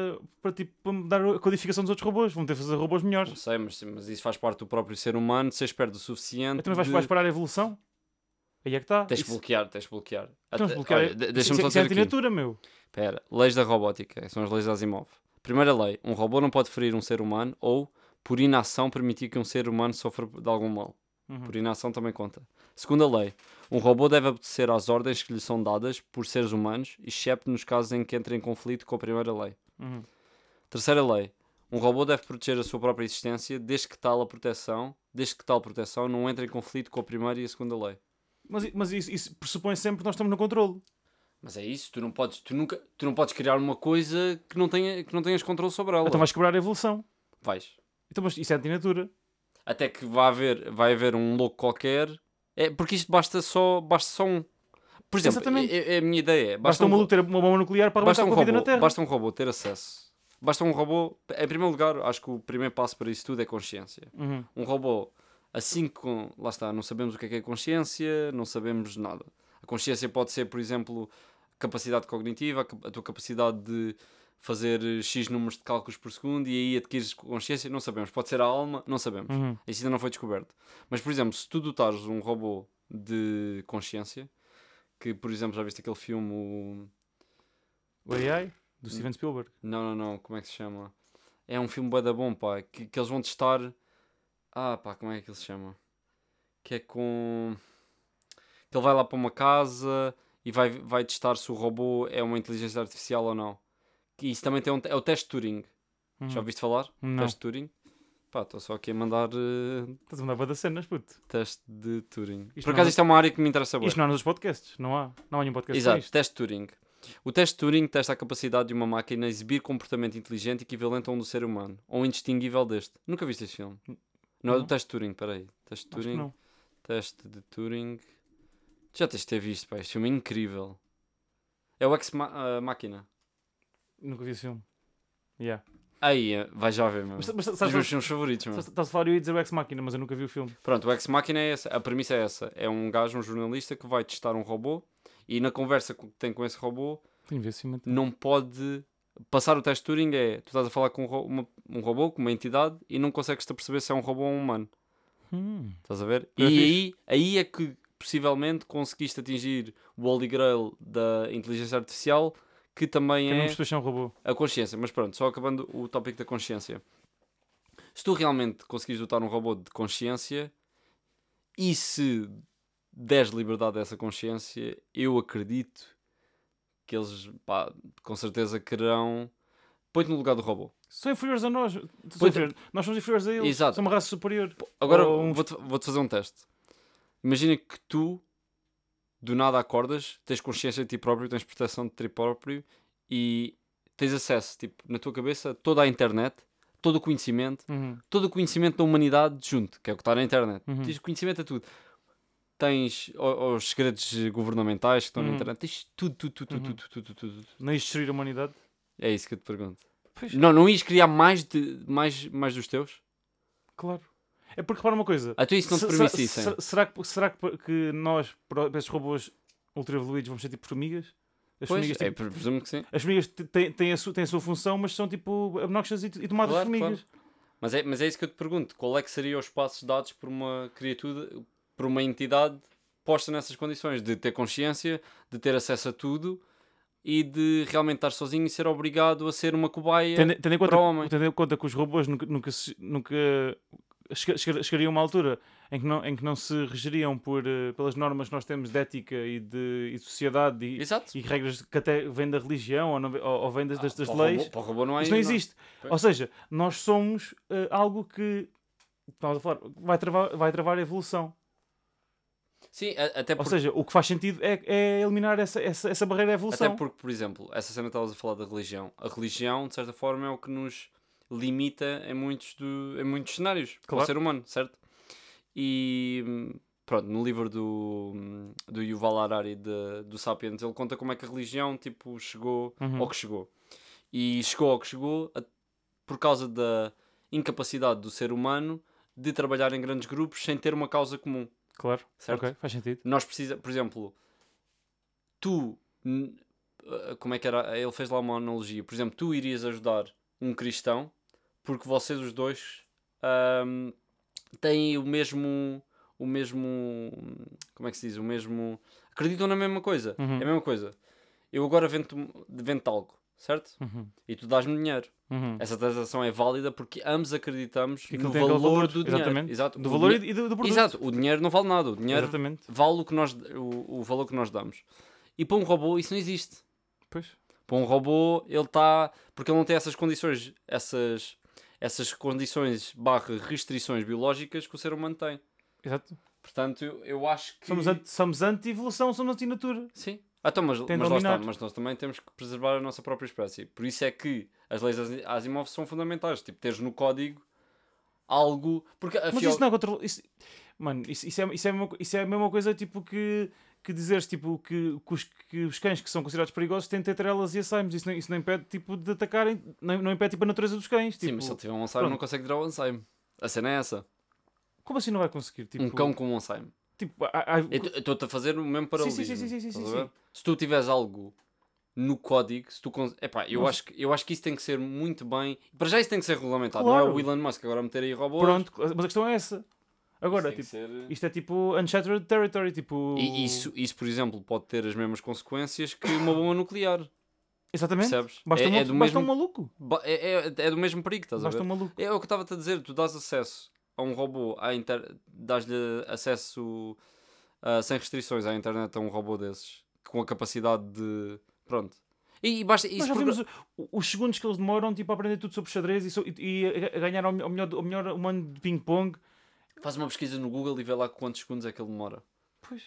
Speaker 2: para dar a codificação dos outros robôs. Vão ter de fazer robôs melhores.
Speaker 1: Não sei, mas isso faz parte do próprio ser humano, de ser esperto o suficiente.
Speaker 2: Então vais parar a evolução? Aí é que está.
Speaker 1: Tens que bloquear.
Speaker 2: Então,
Speaker 1: Olha, deixa-me só
Speaker 2: isso é
Speaker 1: dizer aqui.
Speaker 2: antinatura, meu.
Speaker 1: Espera, leis da robótica, são as leis de Asimov. Primeira lei, um robô não pode ferir um ser humano ou, por inação, permitir que um ser humano sofra de algum mal. Por inação também conta. Segunda lei, um robô deve obedecer às ordens que lhe são dadas por seres humanos, excepto nos casos em que entre em conflito com a primeira lei. Terceira lei, um robô deve proteger a sua própria existência desde que tal proteção não entre em conflito com a primeira e a segunda lei.
Speaker 2: Mas isso pressupõe sempre que nós estamos no controle.
Speaker 1: Mas é isso, tu não podes criar uma coisa que não tenhas controle sobre ela.
Speaker 2: Então vais quebrar a evolução.
Speaker 1: Vais.
Speaker 2: Então, mas isso é antinatura.
Speaker 1: Até que vai haver um louco qualquer. Porque isto basta só um. Por exemplo, a minha ideia é...
Speaker 2: Basta um maluco ter uma bomba nuclear para arrebentar com a vida na Terra.
Speaker 1: Basta um robô ter acesso. Basta um robô... Em primeiro lugar, acho que o primeiro passo para isso tudo é consciência. Um robô, assim que... Lá está, não sabemos o que é consciência, não sabemos nada. A consciência pode ser, por exemplo, capacidade cognitiva, a tua capacidade de fazer X números de cálculos por segundo e aí adquires consciência, não sabemos. Pode ser a alma, não sabemos. Isso ainda não foi descoberto. Mas, por exemplo, se tu dotares um robô de consciência, que, por exemplo, já viste aquele filme...
Speaker 2: O AI? Do Steven Spielberg?
Speaker 1: Não, como é que se chama? É um filme bué da bom, pá, que eles vão testar... como é que ele se chama? Que é com... Que ele vai lá para uma casa e vai testar se o robô é uma inteligência artificial ou não. E isso também é o teste de Turing. Já ouviste falar?
Speaker 2: Não.
Speaker 1: Teste de Turing? Estou só aqui a mandar...
Speaker 2: Estás a mandar bué das cenas, puto.
Speaker 1: Teste de Turing.
Speaker 2: Isto
Speaker 1: Por acaso isto é uma área que me interessa bem.
Speaker 2: Isto não há nos podcasts. Não há nenhum podcast.
Speaker 1: Exato, teste de Turing. O teste de Turing testa a capacidade de uma máquina a exibir comportamento inteligente equivalente a um do ser humano. Ou indistinguível deste. Nunca viste este filme? Não é do teste de Turing, peraí. Teste de Turing.
Speaker 2: Não.
Speaker 1: Teste de Turing... Já tens de ter visto, pá. Este filme é incrível. É o Ex Machina.
Speaker 2: Nunca vi esse filme. Yeah.
Speaker 1: Aí, vai já ver, meu.
Speaker 2: Mas
Speaker 1: Os meus filmes favoritos, meu.
Speaker 2: Estás a falar, eu ia dizer o Ex Machina, mas eu nunca vi o filme.
Speaker 1: Pronto, o Ex Machina é essa. A premissa é essa. É um gajo, um jornalista que vai testar um robô e na conversa que tem com esse robô
Speaker 2: Tenho que ver esse filme.
Speaker 1: não pode... Passar o teste de Turing tu estás a falar com um robô, com uma entidade e não consegues-te perceber se é um robô ou um humano. Estás a ver? E aí é que possivelmente conseguiste atingir o Holy Grail da inteligência artificial, que também
Speaker 2: não percebes se é um robô.
Speaker 1: A consciência. Mas pronto, só acabando o tópico da consciência. Se tu realmente conseguires dotar um robô de consciência e se deres liberdade a essa consciência, eu acredito que eles, com certeza quererão... Põe-te no lugar do robô.
Speaker 2: São inferiores a nós. Nós somos inferiores a eles.
Speaker 1: Exato.
Speaker 2: São uma raça superior.
Speaker 1: Agora vou-te fazer um teste. Imagina que tu, do nada acordas, tens consciência de ti próprio, tens proteção de ti próprio e tens acesso, tipo, na tua cabeça, toda a internet, todo o conhecimento da humanidade junto, que é o que está na internet. Tens conhecimento a tudo. Tens os segredos governamentais que estão na internet. Tens tudo.
Speaker 2: Não ias destruir a humanidade?
Speaker 1: É isso que eu te pergunto.
Speaker 2: Pois.
Speaker 1: Não ias criar mais dos teus?
Speaker 2: Claro. É porque, repara uma coisa.
Speaker 1: Tu isso não te permitissem.
Speaker 2: Será que nós, para esses robôs ultra evoluídos, vamos ser tipo formigas? As formigas, tipo,
Speaker 1: presumo que sim.
Speaker 2: As formigas têm a sua função, mas são tipo obnoxious e tomadas de formigas.
Speaker 1: Claro. Mas é isso que eu te pergunto. Qual é que seriam os passos dados por uma criatura, por uma entidade posta nessas condições? De ter consciência, de ter acesso a tudo e de realmente estar sozinho e ser obrigado a ser uma cobaia
Speaker 2: Tendo em
Speaker 1: para o homem.
Speaker 2: tendo em conta que os robôs nunca chegariam a uma altura em que não se regeriam pelas normas que nós temos de ética e de sociedade
Speaker 1: Exato.
Speaker 2: e regras que até vêm da religião ou vêm das
Speaker 1: Para o
Speaker 2: leis.
Speaker 1: para o robô não é.
Speaker 2: Isso não existe.
Speaker 1: Pois.
Speaker 2: Ou seja, nós somos algo que estamos a falar, vai travar a evolução.
Speaker 1: Sim, até
Speaker 2: Ou
Speaker 1: porque,
Speaker 2: seja, o que faz sentido é eliminar essa barreira à evolução.
Speaker 1: até porque, por exemplo, essa cena que estavas a falar da religião. A religião, de certa forma, é o que nos limita em muitos cenários para o
Speaker 2: Claro.
Speaker 1: ser humano, certo? E pronto, no livro do Yuval Harari do Sapiens, ele conta como é que a religião tipo, chegou
Speaker 2: Uhum.
Speaker 1: ao que chegou. E chegou ao que chegou por causa da incapacidade do ser humano de trabalhar em grandes grupos sem ter uma causa comum.
Speaker 2: Claro,
Speaker 1: Certo?
Speaker 2: ok, faz sentido.
Speaker 1: Nós precisamos, por exemplo, como é que era? Ele fez lá uma analogia. Por exemplo, tu irias ajudar um cristão porque vocês os dois têm o mesmo, como é que se diz? Acreditam na mesma coisa.
Speaker 2: Uhum.
Speaker 1: É a mesma coisa. Eu agora vendo algo, certo?
Speaker 2: Uhum.
Speaker 1: E tu dás-me dinheiro.
Speaker 2: Uhum.
Speaker 1: Essa transação é válida porque ambos acreditamos
Speaker 2: Que
Speaker 1: no
Speaker 2: aquilo tem aquele
Speaker 1: valor do dinheiro.
Speaker 2: Exatamente.
Speaker 1: Exato.
Speaker 2: Do
Speaker 1: O
Speaker 2: valor
Speaker 1: dinhe-
Speaker 2: e do produto.
Speaker 1: Exato. O dinheiro não vale nada. O dinheiro
Speaker 2: Exatamente.
Speaker 1: vale o valor que nós damos. E para um robô isso não existe.
Speaker 2: Pois.
Speaker 1: Para um robô ele está... Porque ele não tem essas condições, essas condições / restrições biológicas que o ser humano tem.
Speaker 2: Exato.
Speaker 1: Portanto, eu acho que...
Speaker 2: Somos anti-evolução, somos anti-natura.
Speaker 1: Sim. Então, mas
Speaker 2: Tem de
Speaker 1: lá está.
Speaker 2: dominar.
Speaker 1: Mas nós também temos que preservar a nossa própria espécie. Por isso é que as leis Asimov são fundamentais. Tipo, teres no código algo... Porque,
Speaker 2: Mas
Speaker 1: afinal,
Speaker 2: isso não é controle. Mano, isso é a mesma coisa tipo, que dizeres tipo, que os cães que são considerados perigosos têm tetrelas e Alzheimer. Isso não impede tipo, de atacarem. Não impede tipo, a natureza dos cães.
Speaker 1: Sim,
Speaker 2: Tipo,
Speaker 1: mas se ele tiver um Alzheimer
Speaker 2: pronto.
Speaker 1: não consegue tirar o Alzheimer. A cena é essa.
Speaker 2: Como assim não vai conseguir? Tipo,
Speaker 1: Um cão com um Alzheimer.
Speaker 2: Tipo,
Speaker 1: Eu estou-te a fazer o mesmo paralelismo.
Speaker 2: sim,
Speaker 1: estás a
Speaker 2: sim.
Speaker 1: ver? Se tu tiveres algo no código, se tu epá, eu
Speaker 2: Mas-
Speaker 1: acho que isso tem que ser muito bem... Para já isso tem que ser regulamentado.
Speaker 2: Claro.
Speaker 1: Não é o Elon Musk agora meter aí robôs.
Speaker 2: Pronto, mas a questão é essa. Agora,
Speaker 1: Isso tem
Speaker 2: tipo,
Speaker 1: que ser-
Speaker 2: isto é tipo uncharted territory. Tipo...
Speaker 1: E isso, por exemplo, pode ter as mesmas consequências que uma bomba nuclear.
Speaker 2: Exatamente.
Speaker 1: Percebes?
Speaker 2: Basta,
Speaker 1: É do
Speaker 2: basta um
Speaker 1: mesmo...
Speaker 2: maluco.
Speaker 1: É do mesmo perigo, estás a
Speaker 2: Basta
Speaker 1: ver?
Speaker 2: um maluco.
Speaker 1: É o que eu estava-te a dizer. Tu dás acesso a um robô, dás-lhe acesso sem restrições à internet a um robô desses, com a capacidade de... Pronto. E basta...
Speaker 2: Nós
Speaker 1: Isso
Speaker 2: já
Speaker 1: porque...
Speaker 2: vimos os segundos que eles demoram tipo, a aprender tudo sobre xadrez e a ganhar ao melhor humano de ping-pong.
Speaker 1: Faz uma pesquisa no Google e vê lá quantos segundos é que ele demora.
Speaker 2: Pois.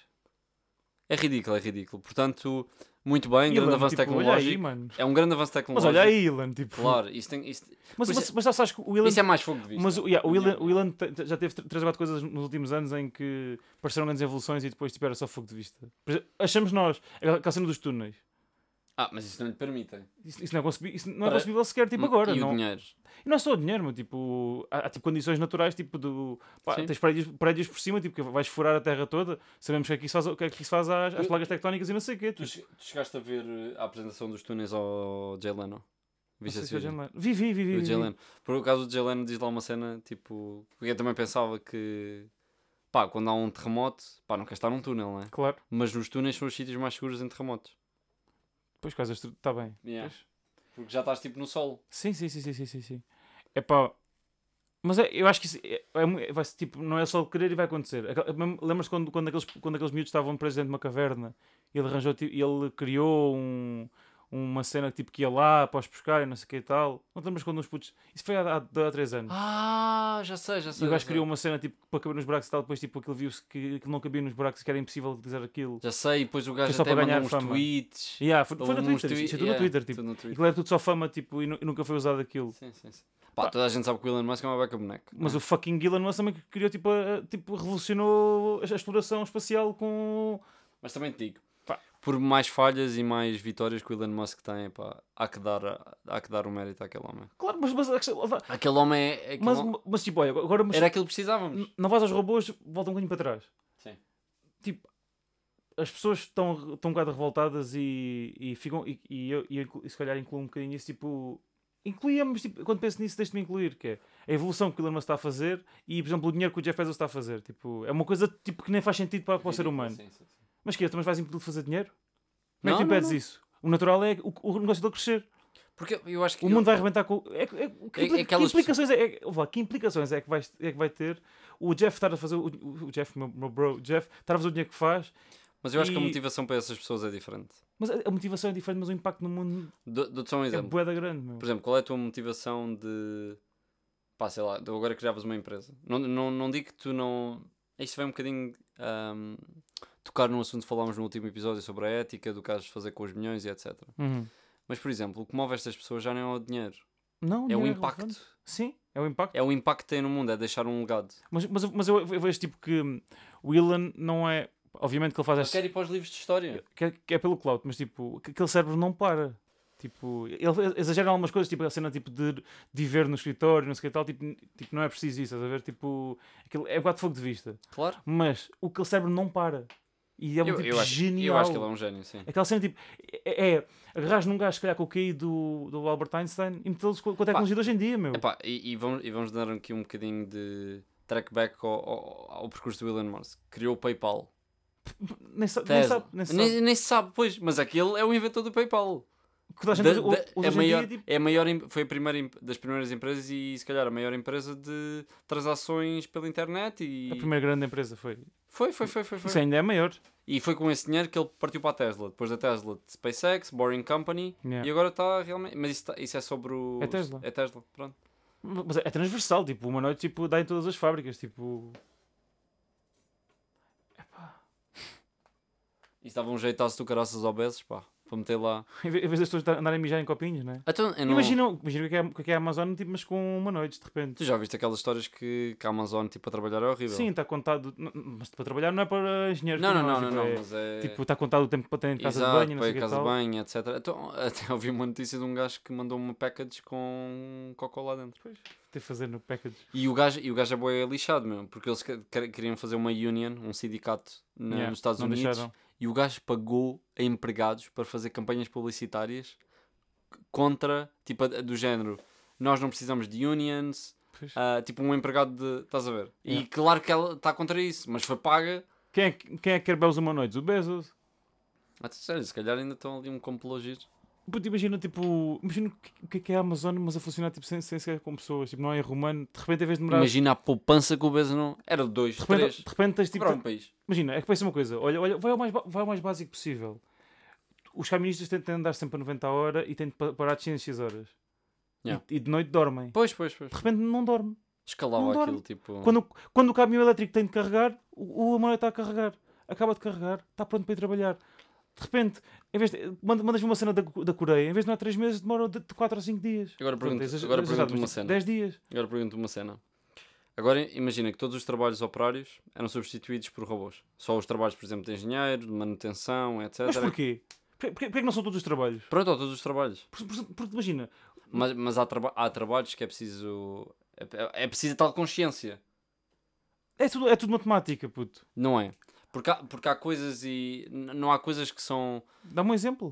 Speaker 1: É ridículo, é ridículo. Portanto, muito bem, grande
Speaker 2: Elon,
Speaker 1: avanço
Speaker 2: tipo, olha aí,
Speaker 1: tecnológico.
Speaker 2: mano.
Speaker 1: É um grande avanço
Speaker 2: Mas
Speaker 1: tecnológico.
Speaker 2: olha aí, Elon. Tipo...
Speaker 1: Claro, isso tem...
Speaker 2: Mas,
Speaker 1: Por isso-
Speaker 2: mas já sabes que o Elon...
Speaker 1: Isso é mais fogo de vista.
Speaker 2: Mas o Elon já teve 3 ou 4 coisas nos últimos anos em que pareceram grandes evoluções e depois tipo, era só fogo de vista. Por exemplo, achamos nós, aquela cena dos túneis.
Speaker 1: Mas isso não lhe permitem.
Speaker 2: Isso não é
Speaker 1: Para-
Speaker 2: concebível sequer, tipo, agora.
Speaker 1: E
Speaker 2: Não,
Speaker 1: o dinheiro?
Speaker 2: e não é só o dinheiro, mas, tipo, há tipo, condições naturais, tipo,
Speaker 1: Sim.
Speaker 2: tens prédios por cima, tipo, que vais furar a terra toda. Sabemos o que é que isso faz às plagas tectónicas e não sei o quê.
Speaker 1: Tu
Speaker 2: Tipo,
Speaker 1: chegaste a ver a apresentação dos túneis ao Jay Leno?
Speaker 2: não
Speaker 1: Viste
Speaker 2: sei
Speaker 1: esse
Speaker 2: se é
Speaker 1: vídeo?
Speaker 2: Jay Leno. Vi.
Speaker 1: O Jay Leno. Por acaso o Jay Leno diz lá uma cena, tipo... Porque eu também pensava que... Pá, quando há um terremoto... Pá, não quer estar num túnel, não é?
Speaker 2: Claro.
Speaker 1: Mas nos túneis são os sítios mais seguros em terremotos.
Speaker 2: Pois, quase está bem.
Speaker 1: Yeah.
Speaker 2: Pois.
Speaker 1: Porque já estás tipo no solo.
Speaker 2: Sim. É pá. Mas eu acho que isso vai ser, tipo, não é só querer e vai acontecer. Lembras-te quando aqueles miúdos estavam presos dentro de uma caverna e ele criou uma cena tipo, que ia lá para os buscar e não sei o que e tal? Não te lembras quando os putos. Isso foi há 3 anos.
Speaker 1: Já sei.
Speaker 2: E o gajo criou uma cena tipo, para caber nos buracos e tal. Depois tipo, aquilo viu-se que não cabia nos buracos e que era impossível utilizar aquilo.
Speaker 1: Já sei, e depois o gajo
Speaker 2: Foi só
Speaker 1: até
Speaker 2: para
Speaker 1: mandou
Speaker 2: ganhar
Speaker 1: uns
Speaker 2: fama.
Speaker 1: tweets.
Speaker 2: Foi
Speaker 1: Houve
Speaker 2: no
Speaker 1: uns
Speaker 2: Twitter. Isso é tudo
Speaker 1: yeah,
Speaker 2: no Twitter. Tipo,
Speaker 1: tudo no Twitter.
Speaker 2: aquilo era tudo só fama tipo, e nunca foi usado aquilo.
Speaker 1: Sim. Pá, toda a gente sabe que o Elon Musk é uma beca boneca.
Speaker 2: Mas o fucking Elon Musk também criou, tipo, revolucionou a exploração espacial com...
Speaker 1: Mas também te digo,
Speaker 2: Pá.
Speaker 1: por mais falhas e mais vitórias que o Elon Musk tem, pá, há que dar o mérito àquele homem.
Speaker 2: Claro, mas a questão...
Speaker 1: Aquele homem é...
Speaker 2: Mas tipo, olha, agora...
Speaker 1: Era aquilo que precisávamos.
Speaker 2: Não vais aos robôs, volta um bocadinho para trás.
Speaker 1: Sim.
Speaker 2: Tipo, as pessoas estão um bocado revoltadas e ficam... E se calhar incluo um bocadinho isso, tipo... Incluíamos, tipo, quando penso nisso, deixe-me incluir, que é a evolução que o Elon Musk está a fazer e, por exemplo, o dinheiro que o Jeff Bezos está a fazer. Tipo, é uma coisa tipo, que nem faz sentido para o ser humano.
Speaker 1: Sim.
Speaker 2: Mas que é, tu mas vais impedir de fazer dinheiro? Como é
Speaker 1: Não,
Speaker 2: que tu impedes
Speaker 1: não.
Speaker 2: isso? O natural é o negócio dele crescer.
Speaker 1: Porque eu acho que...
Speaker 2: O mundo vai arrebentar com... Que implicações é que vai ter o Jeff estar a fazer... O Jeff, meu bro, Jeff, estar a fazer o dinheiro que faz.
Speaker 1: Mas eu acho que a motivação para essas pessoas é diferente.
Speaker 2: Mas a motivação é diferente, mas o impacto no mundo
Speaker 1: Dou-te só um exemplo.
Speaker 2: é bué da grande, meu.
Speaker 1: Por exemplo, qual é a tua motivação de... Pá, sei lá, de agora criavas uma empresa. Não digo que tu não... Isto vai um bocadinho tocar num assunto que falámos no último episódio sobre a ética, do que has de fazer com os milhões e etc.
Speaker 2: Uhum.
Speaker 1: Mas, por exemplo, o que move estas pessoas já não é o dinheiro.
Speaker 2: Não,
Speaker 1: É o
Speaker 2: dinheiro
Speaker 1: impacto.
Speaker 2: relevante. Sim, é o impacto.
Speaker 1: É o impacto que tem no mundo, é deixar um legado.
Speaker 2: Mas eu vejo tipo que o Elon não é... Obviamente que ele faz...
Speaker 1: Eu quero ir para os livros de história.
Speaker 2: Que é pelo clout, mas tipo, aquele cérebro não para. Tipo, ele exagera algumas coisas, tipo a cena tipo, de viver no escritório, não sei o que tal, tipo, não é preciso isso, estás a ver? Tipo, aquilo é um bocado de fogo de vista.
Speaker 1: Claro.
Speaker 2: Mas o que ele cérebro não para. E é um tipo genial.
Speaker 1: Eu acho que ele é um gênio, sim.
Speaker 2: Aquela cena tipo, agarras num gajo, se calhar, com o QI do Albert Einstein e metê-los com a tecnologia de hoje em dia, meu.
Speaker 1: Epá, e vamos dar aqui um bocadinho de trackback ao percurso do Elon Musk. Criou o PayPal.
Speaker 2: Nem se sabe,
Speaker 1: pois, mas aquele é o inventor do PayPal. Foi a primeira das primeiras empresas e se calhar a maior empresa de transações pela internet.
Speaker 2: A primeira grande empresa foi.
Speaker 1: Foi.
Speaker 2: Isso ainda é maior.
Speaker 1: E foi com esse dinheiro que ele partiu para a Tesla. Depois da Tesla, de SpaceX, Boring Company. Yeah. E agora está realmente... Mas isso é sobre o...
Speaker 2: É Tesla.
Speaker 1: É Tesla, pronto.
Speaker 2: Mas é transversal, tipo, uma noite tipo, dá em todas as fábricas, tipo...
Speaker 1: Isso dava um jeitaço do caraças obesos, pá. Para meter lá.
Speaker 2: Em vez das pessoas andarem a mijar em copinhos, não é?
Speaker 1: Então,
Speaker 2: Imagina o que é a Amazon, tipo, mas com uma noite, de repente.
Speaker 1: Tu já viste aquelas histórias que a Amazon, tipo, a trabalhar é horrível?
Speaker 2: Sim, está contado. Mas para trabalhar não é para engenheiros.
Speaker 1: Não, mas é...
Speaker 2: Tipo, está contado o tempo para ter em casa de banho, não sei o que
Speaker 1: casa de banho, etc. Então, até ouvi uma notícia de um gajo que mandou uma package com cocô lá dentro.
Speaker 2: Pois, ter de fazer no package.
Speaker 1: E o gajo é bué lixado mesmo, porque eles queriam fazer uma union, um sindicato nos Estados Unidos. Deixaram. E o gajo pagou a empregados para fazer campanhas publicitárias contra, tipo, do género, nós não precisamos de unions, tipo um empregado de... Estás a ver? E claro que ela está contra isso, mas foi paga.
Speaker 2: Quem é que quer belos humanoides? O Bezos?
Speaker 1: Sério, se calhar ainda estão ali um complô giro.
Speaker 2: Imagina o que é a Amazon, mas a funcionar tipo, sem ser com pessoas, tipo, não é romano. De repente, em vez de demorar...
Speaker 1: Imagina a poupança que o Bezos não... Era 2, 3.
Speaker 2: De repente tens tipo...
Speaker 1: Para um país.
Speaker 2: Imagina, é que pensa uma coisa. Olha, vai ao mais básico possível. Os caministas têm de andar sempre a 90 a hora e têm de parar de 100 horas. Yeah. E de noite dormem.
Speaker 1: Pois.
Speaker 2: De repente não dorme.
Speaker 1: Escalava
Speaker 2: não
Speaker 1: aquilo,
Speaker 2: dorme.
Speaker 1: tipo...
Speaker 2: Quando o caminhão elétrico tem de carregar, o humanoide está a carregar. Acaba de carregar, está pronto para ir trabalhar. De repente, em vez de, mandas-me uma cena da Coreia, em vez de demorar 3 meses, demora de 4 a 5 dias.
Speaker 1: Agora pergunto uma cena.
Speaker 2: 10 dias.
Speaker 1: Agora pergunto uma cena. Agora imagina que todos os trabalhos operários eram substituídos por robôs. Só os trabalhos, por exemplo, de engenheiro, de manutenção, etc.
Speaker 2: Mas porquê? Porquê que não são todos os trabalhos?
Speaker 1: Pronto, todos os trabalhos.
Speaker 2: Porque imagina...
Speaker 1: Mas há trabalhos que é preciso... É preciso tal consciência.
Speaker 2: É tudo matemática, puto.
Speaker 1: Não é? Porque há coisas e... Não há coisas que são...
Speaker 2: Dá-me um exemplo.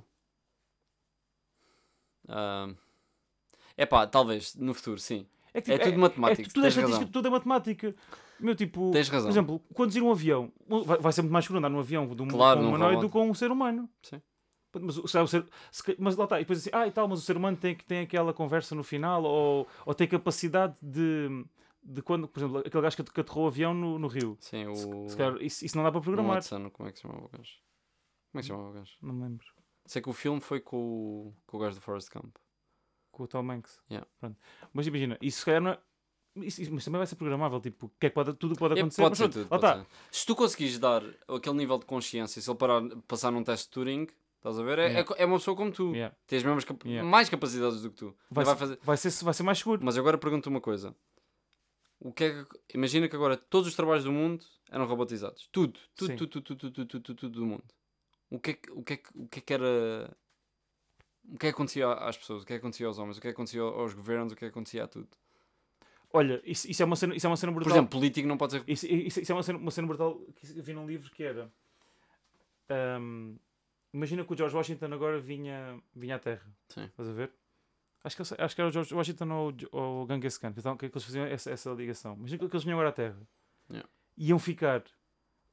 Speaker 1: Talvez, no futuro, sim.
Speaker 2: É tudo matemática. Tudo é matemática. Meu, tipo...
Speaker 1: Tens razão.
Speaker 2: Por exemplo, conduzir um avião. Vai ser muito mais seguro andar num avião com um humanoide do que com um ser humano.
Speaker 1: Sim.
Speaker 2: Mas lá está. E depois assim, mas o ser humano tem aquela conversa no final ou tem capacidade de quando, por exemplo, aquele gajo que aterrou o avião no Rio.
Speaker 1: Sim,
Speaker 2: se calhar, isso não dá para programar.
Speaker 1: Como é que se chamava o gajo? Como é que se chamava o gajo?
Speaker 2: Não me lembro.
Speaker 1: Sei que o filme foi com o gajo do Forrest Gump.
Speaker 2: Com o Tom Hanks.
Speaker 1: Yeah.
Speaker 2: Pronto. Mas imagina, isso se calhar não é... Mas também vai ser programável, tipo, tudo pode acontecer.
Speaker 1: Pode ser tudo. Se tu conseguires dar aquele nível de consciência, se ele passar num teste de Turing, estás a ver? É uma pessoa como tu.
Speaker 2: Yeah.
Speaker 1: Tens mais capacidades do que tu.
Speaker 2: Vai ser mais seguro.
Speaker 1: Mas agora pergunto uma coisa. Imagina que agora todos os trabalhos do mundo eram robotizados. Tudo do mundo. O que é que era... O que é que acontecia às pessoas? O que é que acontecia aos homens? O que é que acontecia aos governos? O que é que acontecia a tudo?
Speaker 2: Olha, isso é uma cena brutal.
Speaker 1: Por exemplo, político não pode ser...
Speaker 2: Isso é uma cena brutal que eu vi num livro que era... imagina que o George Washington agora vinha à Terra.
Speaker 1: Sim.
Speaker 2: Estás a ver? Acho que era o George Washington ou o Genghis Khan. Então, que eles faziam essa ligação. Imagina que eles vinham agora à Terra.
Speaker 1: Yeah.
Speaker 2: Iam ficar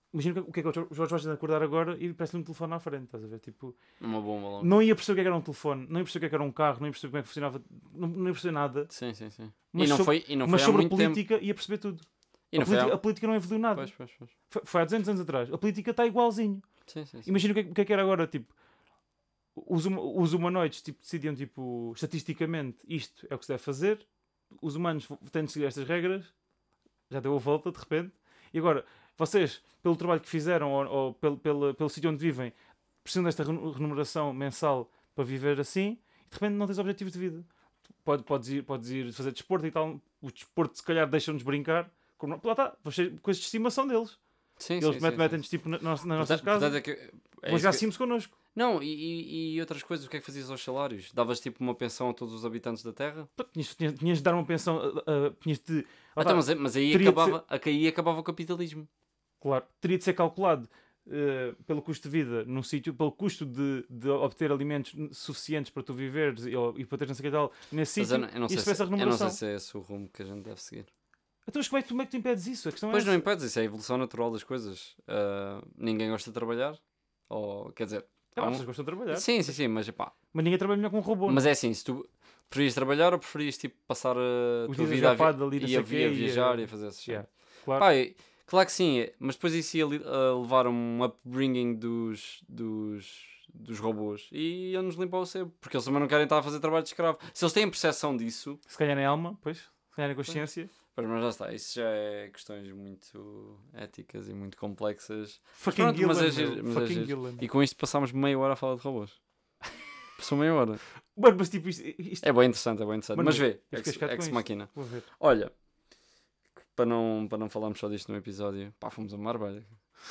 Speaker 2: Imagina o que é que o George Washington acordar agora e parece-lhe um telefone à frente, estás a ver? Tipo,
Speaker 1: Uma bomba logo.
Speaker 2: não ia perceber o que era um telefone, não ia perceber o que era um carro, não ia perceber como é que funcionava, não ia perceber nada.
Speaker 1: Sim, sim, sim.
Speaker 2: Mas
Speaker 1: e não
Speaker 2: sobre,
Speaker 1: foi, e não
Speaker 2: mas
Speaker 1: foi há
Speaker 2: sobre a
Speaker 1: muito tempo.
Speaker 2: política ia perceber tudo.
Speaker 1: E não foi
Speaker 2: A política não evoluiu nada.
Speaker 1: Pois.
Speaker 2: Foi há 200 anos atrás. A política está igualzinho.
Speaker 1: Sim.
Speaker 2: Imagina o que é que era agora, tipo, os humanoides tipo, decidiam, tipo, estatisticamente, isto é o que se deve fazer, os humanos têm de seguir estas regras, já deu a volta, de repente, e agora, vocês, pelo trabalho que fizeram, ou pelo sítio onde vivem, precisam desta remuneração mensal para viver assim, e de repente não tens objetivos de vida. Podes ir fazer desporto e tal, o desporto se calhar deixam-nos brincar, lá está, coisas de estimação deles.
Speaker 1: Sim,
Speaker 2: Eles metem-nos tipo nas nossas casas, vão jogar Sims connosco.
Speaker 1: Não, e outras coisas, o que é que fazias aos salários? Davas tipo uma pensão a todos os habitantes da Terra?
Speaker 2: Tinhas de dar uma pensão, tinhas de...
Speaker 1: Então, mas aí acabava o capitalismo.
Speaker 2: Claro, teria de ser calculado pelo custo de vida num sítio, pelo custo de obter alimentos suficientes para tu viveres e para teres não sei o que tal nesse sítio,
Speaker 1: eu não sei se é esse o rumo que a gente deve seguir.
Speaker 2: Então, mas como é que tu impedes isso? A questão
Speaker 1: Pois
Speaker 2: é
Speaker 1: não impedes, isso é a evolução natural das coisas. Ninguém gosta de trabalhar, ou quer dizer...
Speaker 2: As pessoas gostam de trabalhar.
Speaker 1: Sim, mas pá...
Speaker 2: Mas ninguém trabalha melhor com um robô.
Speaker 1: Mas é assim, se tu preferias trabalhar ou preferias tipo, passar a tua vida a viajar e a fazer essas coisas?
Speaker 2: Claro.
Speaker 1: Pá, claro que sim, mas depois isso ia levar um upbringing dos robôs e iam-nos limpar o sebo, porque eles também não querem estar a fazer trabalho de escravo. Se eles têm percepção disso...
Speaker 2: Se calhar na alma, pois. Se calhar na consciência.
Speaker 1: Pois, mas já está, isso já é questões muito éticas e muito complexas.
Speaker 2: Fucking
Speaker 1: Gillen. E com isto passámos meia hora a falar de robôs. Passou meia hora.
Speaker 2: Mano, mas tipo isto...
Speaker 1: É bem interessante.
Speaker 2: Mano,
Speaker 1: mas vê,
Speaker 2: Ex-Machina.
Speaker 1: Olha, para não falarmos só disto no episódio, pá, fomos a Marbella.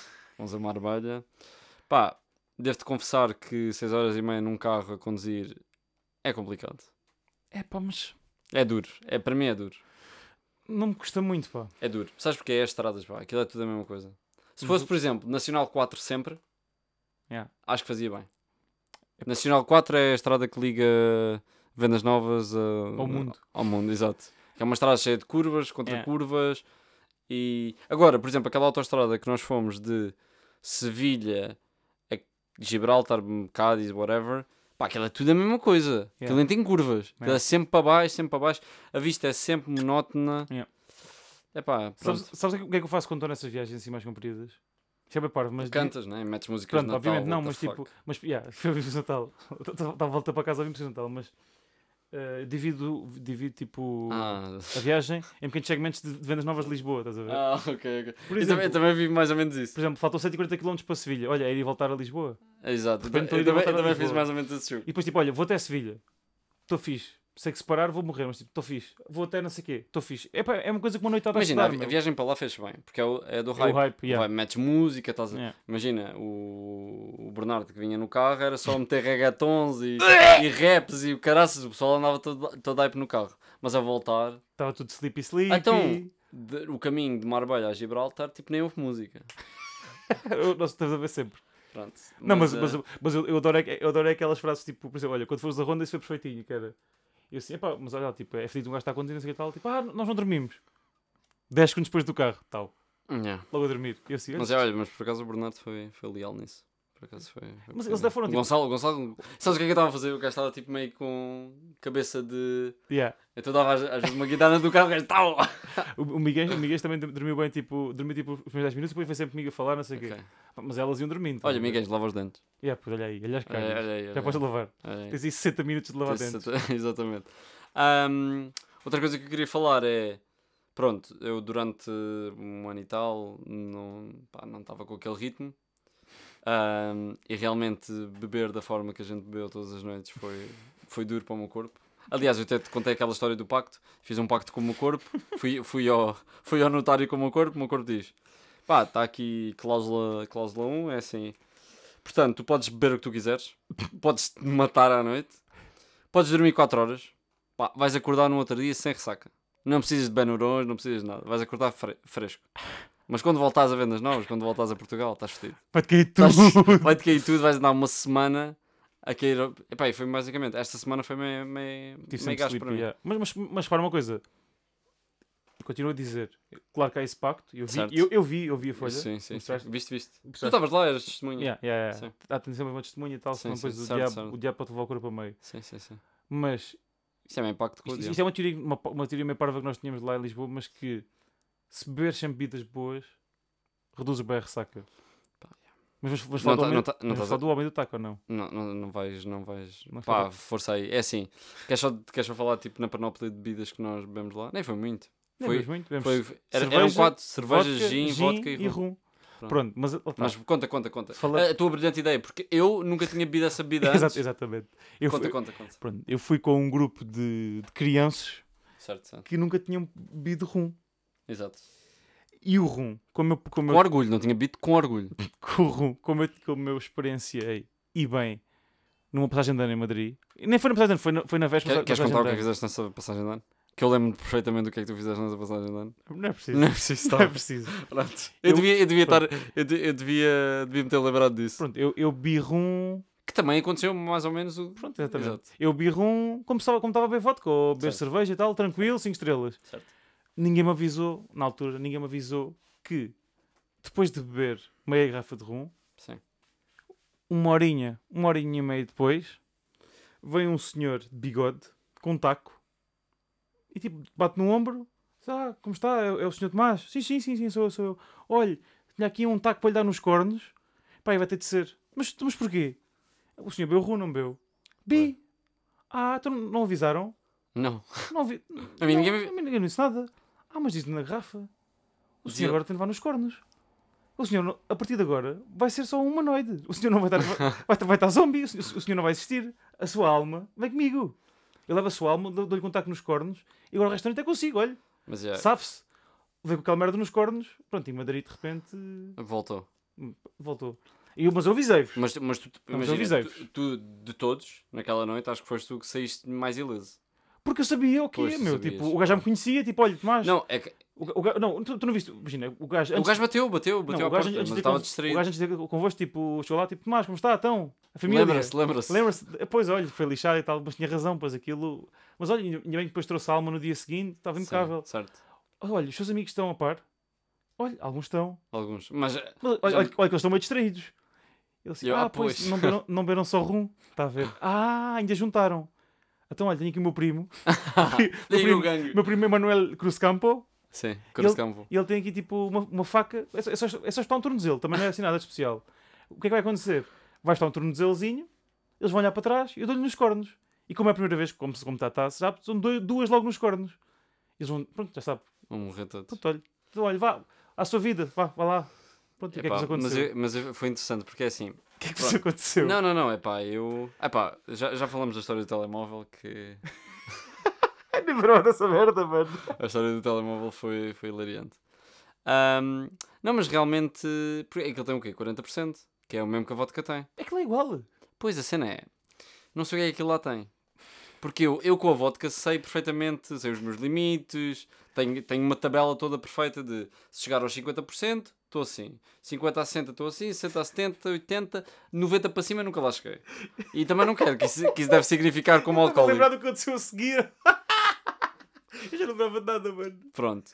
Speaker 1: Pá, devo-te confessar que 6 horas e meia num carro a conduzir é complicado.
Speaker 2: É pá, mas...
Speaker 1: É duro. Para mim é duro.
Speaker 2: Não me custa muito, pá.
Speaker 1: É duro. Sabes porque é as estradas, pá. Aquilo é tudo a mesma coisa. Se fosse, por exemplo, Nacional 4 sempre, acho que fazia bem. Nacional 4 é a estrada que liga Vendas Novas
Speaker 2: ao mundo.
Speaker 1: Ao mundo, exato. É uma estrada cheia de curvas, contra curvas. E agora, por exemplo, aquela autoestrada que nós fomos de Sevilha a Gibraltar, Cádiz, whatever... Pá, aquilo é tudo a mesma coisa. Aquilo nem tem curvas. Aquilo é sempre para baixo, A vista é sempre monótona. É pá,
Speaker 2: sabes o que é que eu faço quando estou nessas viagens assim mais compridas? Isto é bem parvo, mas...
Speaker 1: Cantas, né? Metes músicas de Natal.
Speaker 2: Obviamente não, mas tipo... Mas, foi o Natal. Estava a voltar para casa a ouvir o Natal, mas... divido tipo a viagem em pequenos segmentos de vendas novas de Lisboa, estás a ver?
Speaker 1: Ok. Por exemplo, eu também vi mais ou menos isso.
Speaker 2: Por exemplo, faltam 140 km para Sevilha. Olha, é ir e voltar a Lisboa.
Speaker 1: Exato. Eu também fiz mais ou menos esse jogo.
Speaker 2: E depois tipo, olha, vou até Sevilha. Estou fixe. Sei que se parar vou morrer, mas tipo, estou fixe. Vou até não sei o quê. Estou fixe. É uma coisa que uma noite a
Speaker 1: Imagina, a viagem para lá fez bem, porque é do hype.
Speaker 2: O hype,
Speaker 1: metes música, estás Imagina, o Bernardo que vinha no carro era só meter reggaetons e raps e o caraças, o pessoal andava todo hype no carro. Mas a voltar...
Speaker 2: Estava tudo sleepy.
Speaker 1: Então, o caminho de Marbella a Gibraltar, tipo, nem houve música.
Speaker 2: Nós estamos a ver sempre.
Speaker 1: Pronto.
Speaker 2: Não, mas eu adoro aquelas frases, tipo, por exemplo, olha, quando fores a ronda isso foi perfeitinho, que era... Eu assim, mas olha, tipo, é fedido um gajo está a conduzir, não sei o que tal, tipo, nós não dormimos. 10 segundos depois do carro, tal. Logo a dormir. Eu assim,
Speaker 1: mas por acaso o Bernardo foi leal nisso. Por acaso foi
Speaker 2: mas eles até foram tipo...
Speaker 1: Gonçalo, sabes o que é que eu estava a fazer? O gajo estava tipo meio com cabeça de... Então dava às vezes uma guitarra do carro, o gajo tal.
Speaker 2: O Miguel também dormiu bem, tipo, os primeiros 10 minutos, depois foi sempre comigo a falar, não sei o quê. Mas elas iam dormindo.
Speaker 1: Olha, Miguel, lava os dentes.
Speaker 2: Olha aí, as caras. Já podes lavar. Tens aí 60 minutos de lavar dentes.
Speaker 1: Exatamente. Outra coisa que eu queria falar é... Pronto, eu durante um ano e tal não estava com aquele ritmo. E realmente beber da forma que a gente bebeu todas as noites foi duro para o meu corpo. Aliás, eu até te contei aquela história do pacto. Fiz um pacto com o meu corpo. Fui ao notário com o meu corpo diz: pá, está aqui cláusula 1, é assim. Portanto, tu podes beber o que tu quiseres, podes te matar à noite, podes dormir 4 horas, pá, vais acordar no outro dia sem ressaca. Não precisas de Benurons, não precisas de nada, vais acordar fresco. Mas quando voltares a Vendas Novas, quando voltares a Portugal, estás fedido.
Speaker 2: Vai-te cair tudo.
Speaker 1: Vai-te cair tudo, vais dar uma semana a cair. Epá, e foi basicamente, esta semana foi meio gasto para mim.
Speaker 2: Mas para uma coisa, continuo a dizer. Claro que há esse pacto. Eu vi,
Speaker 1: Certo.
Speaker 2: eu vi a folha.
Speaker 1: Sim, sim, sim.
Speaker 2: Mostraste?
Speaker 1: Viste. Tu
Speaker 2: Mostraste?
Speaker 1: estavas lá, eras testemunha. Sim.
Speaker 2: Tem sempre uma testemunha e tal,
Speaker 1: Sim,
Speaker 2: senão
Speaker 1: sim,
Speaker 2: depois
Speaker 1: certo, certo.
Speaker 2: o diabo pode levar o corpo a meio.
Speaker 1: Sim.
Speaker 2: Mas
Speaker 1: Isso é bem impacto com o
Speaker 2: isto
Speaker 1: diabo.
Speaker 2: é uma teoria meio parva que nós tínhamos lá em Lisboa, mas que se beber sempre bebidas boas, reduz o bem a ressaca.
Speaker 1: Pá,
Speaker 2: Mas vamos
Speaker 1: Não
Speaker 2: falar,
Speaker 1: tá- não
Speaker 2: do,
Speaker 1: tá- não
Speaker 2: vamos
Speaker 1: tá-
Speaker 2: falar do homem do taco ou não?
Speaker 1: Não vais.
Speaker 2: Não
Speaker 1: Pá,
Speaker 2: fala-
Speaker 1: força aí. É assim. Queres só falar tipo na panóplia de bebidas que nós bebemos lá? Nem foi muito.
Speaker 2: Não
Speaker 1: Foi,
Speaker 2: bebemos muito.
Speaker 1: eram
Speaker 2: Cerveja,
Speaker 1: 4: cerveja,
Speaker 2: vodka,
Speaker 1: gin, vodka e rum.
Speaker 2: rum.
Speaker 1: Pronto.
Speaker 2: Pronto, mas lá está.
Speaker 1: Mas conta.
Speaker 2: Fala-
Speaker 1: A tua brilhante ideia, porque eu nunca tinha bebido essa bebida antes.
Speaker 2: Exatamente. Eu
Speaker 1: Conta.
Speaker 2: eu fui com um grupo de crianças
Speaker 1: Certo.
Speaker 2: que nunca tinham bebido rum.
Speaker 1: Exato.
Speaker 2: E o rum, como
Speaker 1: Com orgulho, não tinha bebido com orgulho.
Speaker 2: eu experienciei e bem numa passagem de ano em Madrid. E nem foi na passagem de ano, foi na véspera da
Speaker 1: Queres
Speaker 2: passagem
Speaker 1: contar o
Speaker 2: de
Speaker 1: que é que
Speaker 2: ano.
Speaker 1: fizeste nessa passagem de ano? Que eu lembro perfeitamente do que é que tu fizeste nessa passagem de ano.
Speaker 2: Não é preciso.
Speaker 1: Não é preciso,
Speaker 2: Não é preciso.
Speaker 1: Pronto.
Speaker 2: Eu-
Speaker 1: Eu devia estar. Eu devia me ter lembrado disso.
Speaker 2: Pronto, eu bi rum.
Speaker 1: Que também aconteceu mais ou menos o.
Speaker 2: Pronto, exatamente.
Speaker 1: Exato.
Speaker 2: Eu bi rum como estava a beber vodka ou a beber
Speaker 1: Certo.
Speaker 2: cerveja e tal, tranquilo, 5 estrelas.
Speaker 1: Certo.
Speaker 2: Ninguém me avisou, na altura, que depois de beber meia garrafa de rum,
Speaker 1: Sim.
Speaker 2: uma horinha e meia depois, vem um senhor de bigode com um taco e tipo bate no ombro. Ah, como está? É o senhor Tomás? Sim, sou eu. Olha, tinha aqui um taco para lhe dar nos cornos. Pá, vai ter de ser. Mas porquê? O senhor bebeu rum, não bebeu? Bi. Ah, então não avisaram?
Speaker 1: Não.
Speaker 2: Não vi.
Speaker 1: A mim ninguém me-
Speaker 2: a mim ninguém me disse nada. Ah, mas diz na garrafa. O
Speaker 1: Dizia-
Speaker 2: senhor agora tem de levar nos cornos. O senhor, a partir de agora, vai ser só um humanoide. O senhor não vai estar, vai estar zombie. O senhor não vai existir. A sua alma vem comigo. Eu levo a sua alma, dou-lhe contacto nos cornos e agora o restante é consigo, olha.
Speaker 1: Mas já.
Speaker 2: Sabe-se. Veio com aquela merda nos cornos. Pronto, e Madrid de repente
Speaker 1: Voltou.
Speaker 2: voltou. Mas eu avisei-vos.
Speaker 1: Mas tu,
Speaker 2: Mas eu
Speaker 1: imagina,
Speaker 2: avisei-vos.
Speaker 1: tu, de todos, naquela noite, acho que foste tu que saíste mais ileso.
Speaker 2: Porque eu sabia o que
Speaker 1: Pois,
Speaker 2: é,
Speaker 1: tu
Speaker 2: meu.
Speaker 1: sabias.
Speaker 2: Tipo, o gajo já me conhecia. Tipo, olha, Tomás.
Speaker 1: Não, é que
Speaker 2: Não, tu não viste. Imagina, o gajo.
Speaker 1: o gajo bateu
Speaker 2: Não,
Speaker 1: à
Speaker 2: o
Speaker 1: porta,
Speaker 2: gajo
Speaker 1: mas
Speaker 2: antes de
Speaker 1: estava
Speaker 2: o
Speaker 1: distraído.
Speaker 2: gajo antes de ter convosco, tipo, chegou lá, tipo, Tomás, como está? Então, a família.
Speaker 1: Lembra-se.
Speaker 2: Lembra-se? Pois, olha, foi lixado e tal, mas tinha razão, pois aquilo. Mas olha, ainda bem que depois trouxe a alma no dia seguinte, estava
Speaker 1: Sim,
Speaker 2: impecável.
Speaker 1: certo.
Speaker 2: Olha, os seus amigos estão a par? Olha, alguns estão.
Speaker 1: Alguns. Mas
Speaker 2: Mas, olha que eles estão meio distraídos. Ele disse, pois,
Speaker 1: pois.
Speaker 2: não beberam só rum. Está a ver? Ainda juntaram. Então, olha, tenho aqui o meu primo.
Speaker 1: Daí o gangue.
Speaker 2: Meu primo Emanuel Cruz Campo.
Speaker 1: Sim, Cruz Campo.
Speaker 2: E ele tem aqui tipo uma faca. É só estar um tornozelo, também não é assim nada de especial. O que é que vai acontecer? Vai estar um tornozelozinho, eles vão olhar para trás e eu dou-lhe nos cornos. E como é a primeira vez, como está, já são duas logo nos cornos. Eles vão, pronto, já sabe.
Speaker 1: Vão morrer todos.
Speaker 2: Pronto, olha, vá à sua vida, vá lá. Pronto, e o que é que isso aconteceu?
Speaker 1: Mas foi interessante porque é assim.
Speaker 2: O que é que isso aconteceu?
Speaker 1: Não, já falamos da história do telemóvel que.
Speaker 2: Lembrou dessa merda, mano.
Speaker 1: A história do telemóvel foi hilariante. Não, mas realmente. Porque aquilo tem o quê? 40%? Que é o mesmo que a vodka tem.
Speaker 2: É que ele é igual.
Speaker 1: Pois a cena é. Não sei o que é que aquilo lá tem. Porque eu com a vodka sei perfeitamente, sei os meus limites, tenho uma tabela toda perfeita de se chegar aos 50%, estou assim. 50 a 60 estou assim, 60 a 70, 80, 90 para cima nunca lá cheguei. E também não quero, que isso deve significar como
Speaker 2: Estou a
Speaker 1: alcoólico.
Speaker 2: lembrar do que aconteceu a seguir. Eu já não lembrava de nada, mano.
Speaker 1: Pronto.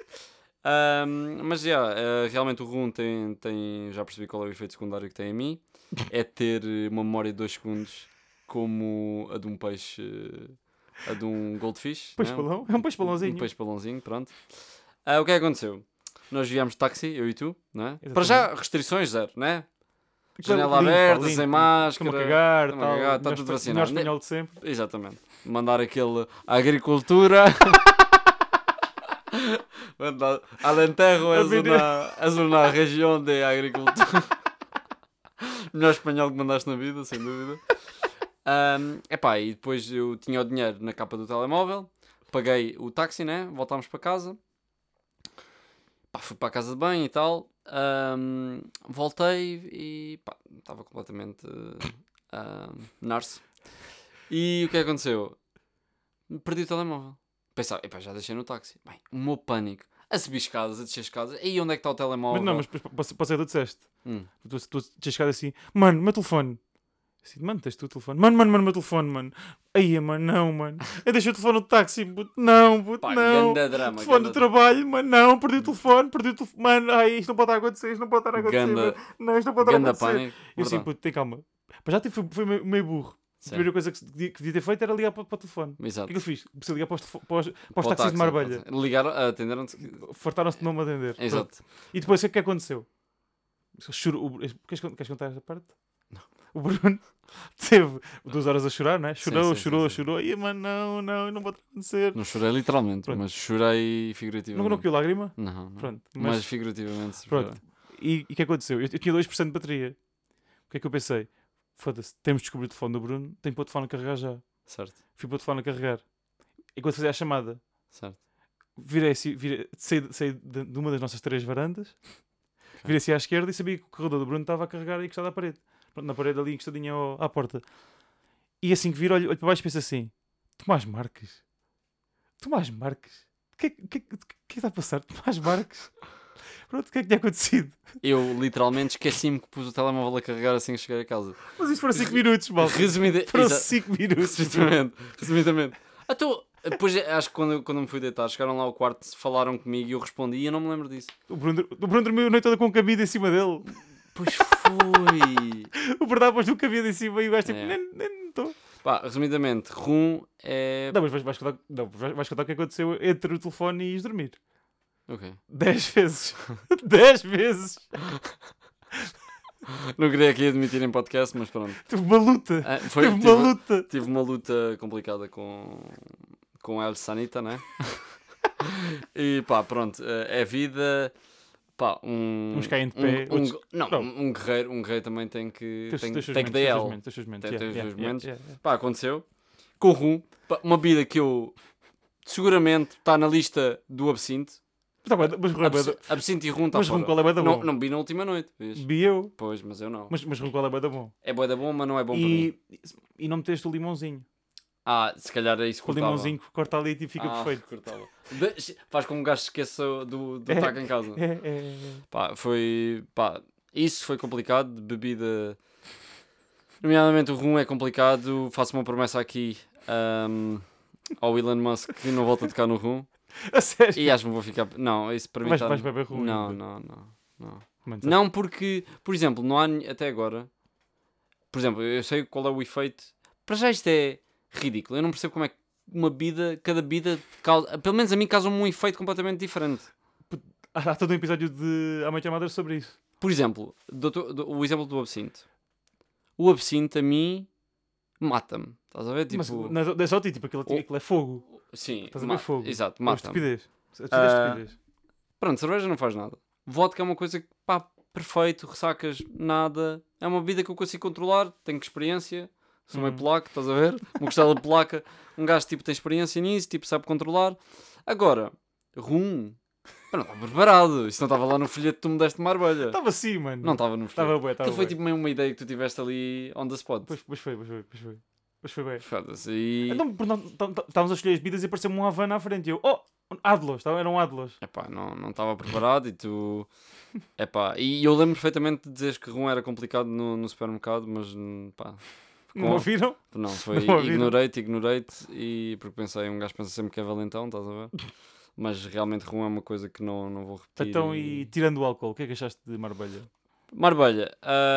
Speaker 1: Mas realmente o rum já percebi qual é o efeito secundário que tem em mim. É ter uma memória de 2 segundos como a de um peixe, a de um goldfish.
Speaker 2: Peixe-balão? É um peixe-balãozinho.
Speaker 1: Um peixe-balãozinho, pronto. O que é que aconteceu? Nós viemos de táxi, eu e tu, não é?
Speaker 2: Exatamente.
Speaker 1: Para já, restrições zero, não é? Janela
Speaker 2: Limpo,
Speaker 1: aberta,
Speaker 2: limpo.
Speaker 1: sem máscara.
Speaker 2: Estou-me a cagar,
Speaker 1: estou-me a cagar, está tudo
Speaker 2: Melhor
Speaker 1: vacinado.
Speaker 2: espanhol de sempre.
Speaker 1: Exatamente. Mandar aquele agricultura. Mandar Alentejo é zona região de agricultura. Melhor espanhol que mandaste na vida, sem dúvida. E depois eu tinha o dinheiro na capa do telemóvel, paguei o táxi, né? Voltámos para casa. Fui para a casa de banho e tal. Voltei e estava completamente narce. E o que aconteceu? Perdi o telemóvel. Pensava, já deixei no táxi. Bem, o meu pânico. A subir escadas, a descer escadas. E onde é que está o telemóvel?
Speaker 2: Mas não, mas pode ser tu disseste.
Speaker 1: Hum.
Speaker 2: Tu tinhas chegado assim, mano, o meu telefone. Assim, mano, tens tu o telefone. Mano, meu telefone, mano. Aí, mano, não, mano. Eu deixei o telefone no táxi, puto. Não, puto,
Speaker 1: Pá,
Speaker 2: não.
Speaker 1: ganda drama.
Speaker 2: Telefone do trabalho, mano, não. Perdi o telefone. Mano, ai, isto não pode estar a acontecer, isto não pode estar a acontecer,
Speaker 1: Ganda,
Speaker 2: mano. Não, isto não pode estar a
Speaker 1: ganda
Speaker 2: acontecer.
Speaker 1: pânico.
Speaker 2: Eu assim,
Speaker 1: Verdade.
Speaker 2: puto, tem calma. Mas já fui meio burro. A
Speaker 1: Sim.
Speaker 2: primeira coisa que devia ter feito era ligar para o telefone. O
Speaker 1: Exato.
Speaker 2: que é que eu fiz? Comecei a ligar para os
Speaker 1: Para o
Speaker 2: táxis de
Speaker 1: táxi,
Speaker 2: Marbella.
Speaker 1: Ligaram, atenderam-te.
Speaker 2: Fartaram-se de não me atender.
Speaker 1: Exato.
Speaker 2: Pronto. E depois o que é que aconteceu? Queres contar esta parte?
Speaker 1: Não.
Speaker 2: O Bruno teve 2 horas a chorar, não é? Chorou.
Speaker 1: Sim.
Speaker 2: E, mano, não pode acontecer.
Speaker 1: Não chorei literalmente,
Speaker 2: Pronto.
Speaker 1: mas chorei
Speaker 2: Não
Speaker 1: figurativamente.
Speaker 2: caiu lágrima?
Speaker 1: Não.
Speaker 2: Pronto.
Speaker 1: Mas figurativamente.
Speaker 2: Pronto.
Speaker 1: chorei.
Speaker 2: E o que aconteceu? Eu tinha 2% de bateria. O que é que eu pensei? Foda-se, temos de descobrir o telefone do Bruno, tenho que pôr o telefone a carregar já.
Speaker 1: Certo.
Speaker 2: Fui pôr o telefone a carregar. Enquanto fazia a chamada,
Speaker 1: Certo.
Speaker 2: saí de uma das nossas 3 varandas, virei-se à esquerda e sabia que o corredor do Bruno estava a carregar encostado à parede. Pronto, na parede ali encostadinha à porta. E assim que viro, olho para baixo e penso assim: Tomás Marques? O que está a passar? Tomás Marques? Pronto, o que é que tinha acontecido?
Speaker 1: Eu literalmente esqueci-me que pus o telemóvel a carregar assim que cheguei a casa.
Speaker 2: Mas isto foram 5 minutos, mal. Foram 5 minutos.
Speaker 1: Resumidamente. Então, depois acho que quando me fui deitar, chegaram lá ao quarto, falaram comigo e eu respondi e eu não me lembro disso.
Speaker 2: O Bruno dormiu a noite toda com um cabide em cima dele.
Speaker 1: Pois foi.
Speaker 2: O Bernardo pôs um cabide em cima e o gajo tipo,
Speaker 1: É.
Speaker 2: nem estou.
Speaker 1: Pá, resumidamente, rum é.
Speaker 2: Não, mas vais contar o que aconteceu entre o telefone e ires dormir.
Speaker 1: Ok.
Speaker 2: 10 vezes. 10 vezes.
Speaker 1: Não queria aqui admitir em podcast, mas pronto.
Speaker 2: Teve uma luta.
Speaker 1: Foi,
Speaker 2: Teve uma luta.
Speaker 1: Tive uma luta complicada com a El Sanita, né? E pá, pronto, é vida. Pá,
Speaker 2: Uns caem de pé. outros...
Speaker 1: Não,
Speaker 2: Não.
Speaker 1: um guerreiro também tem que
Speaker 2: Tens
Speaker 1: tem
Speaker 2: seus
Speaker 1: que
Speaker 2: momentos,
Speaker 1: dar L.
Speaker 2: tens seus momentos.
Speaker 1: Tem os seus momentos.
Speaker 2: yeah.
Speaker 1: Pá, aconteceu. Com o rum, pá, uma bebida que eu seguramente está na lista do absinto.
Speaker 2: Mas rum é bué da-
Speaker 1: Absinto e rum está
Speaker 2: mas rum
Speaker 1: fora.
Speaker 2: qual é bué da bom?
Speaker 1: Não bebi na última noite, vês?
Speaker 2: Bi eu.
Speaker 1: Pois, mas eu não.
Speaker 2: Mas rum qual é bué da bom?
Speaker 1: É bué da bom, mas não é bom para mim.
Speaker 2: E não meteste o limãozinho.
Speaker 1: Se calhar é isso que
Speaker 2: Com o
Speaker 1: cortava.
Speaker 2: limãozinho que corta ali e fica perfeito.
Speaker 1: Cortava. Faz com que um gajo se esqueça do
Speaker 2: É.
Speaker 1: taco em casa.
Speaker 2: É.
Speaker 1: Pá, isso foi complicado. De bebida, nomeadamente o rum é complicado. Faço uma promessa aqui ao Elon Musk que não volta a tocar no rum.
Speaker 2: A sério?
Speaker 1: E acho que me vou ficar. Não, isso para mim
Speaker 2: Vais
Speaker 1: está.
Speaker 2: beber rum
Speaker 1: Não,
Speaker 2: ainda?
Speaker 1: não.
Speaker 2: Mano,
Speaker 1: Não, porque, por exemplo, não há até agora. Por exemplo, eu sei qual é o efeito. Para já isto é ridículo. Eu não percebo como é que cada bebida causa. Pelo menos a mim causa-me um efeito completamente diferente.
Speaker 2: Há todo um episódio de A Mãe Chamada sobre isso.
Speaker 1: Por exemplo, o exemplo do absinto. O absinto a mim mata-me. Estás a ver? Tipo,
Speaker 2: Mas não é só ti, tipo, aquilo é fogo.
Speaker 1: sim,
Speaker 2: Estás a ver fogo.
Speaker 1: Exato,
Speaker 2: É uma
Speaker 1: mata-me.
Speaker 2: estupidez. É estupidez.
Speaker 1: Pronto, cerveja não faz nada. Vodka é uma coisa que, pá, perfeito, ressacas, nada. É uma bebida que eu consigo controlar, tenho experiência. Sou meio polaco, estás a ver? Uma costela de placa. Um gajo tipo tem experiência nisso, tipo sabe controlar. Agora, rum. Eu não estava preparado. Isso não estava lá no folheto que tu me deste de Marbella.
Speaker 2: Estava assim, mano.
Speaker 1: Não estava no
Speaker 2: Estava
Speaker 1: folheto.
Speaker 2: bué, estava
Speaker 1: Aquilo foi
Speaker 2: bué.
Speaker 1: tipo meio uma ideia que tu tiveste ali on the spot.
Speaker 2: Pois foi bem.
Speaker 1: Foda-se. E...
Speaker 2: Então, estávamos a escolher as bebidas e apareceu-me um Havana à frente. E eu, Adlos, eram Adlos.
Speaker 1: Epá, não estava preparado e tu... Epá, e eu lembro perfeitamente de dizeres que rum era complicado no supermercado, mas pá...
Speaker 2: Não ouviram?
Speaker 1: Não, foi
Speaker 2: Não ouviram?
Speaker 1: ignorei-te e porque pensei, um gajo pensa sempre que é valentão, estás a ver? Mas realmente rum é uma coisa que não vou repetir.
Speaker 2: Então, e tirando o álcool, o que é que achaste de Marbella?
Speaker 1: Marbella,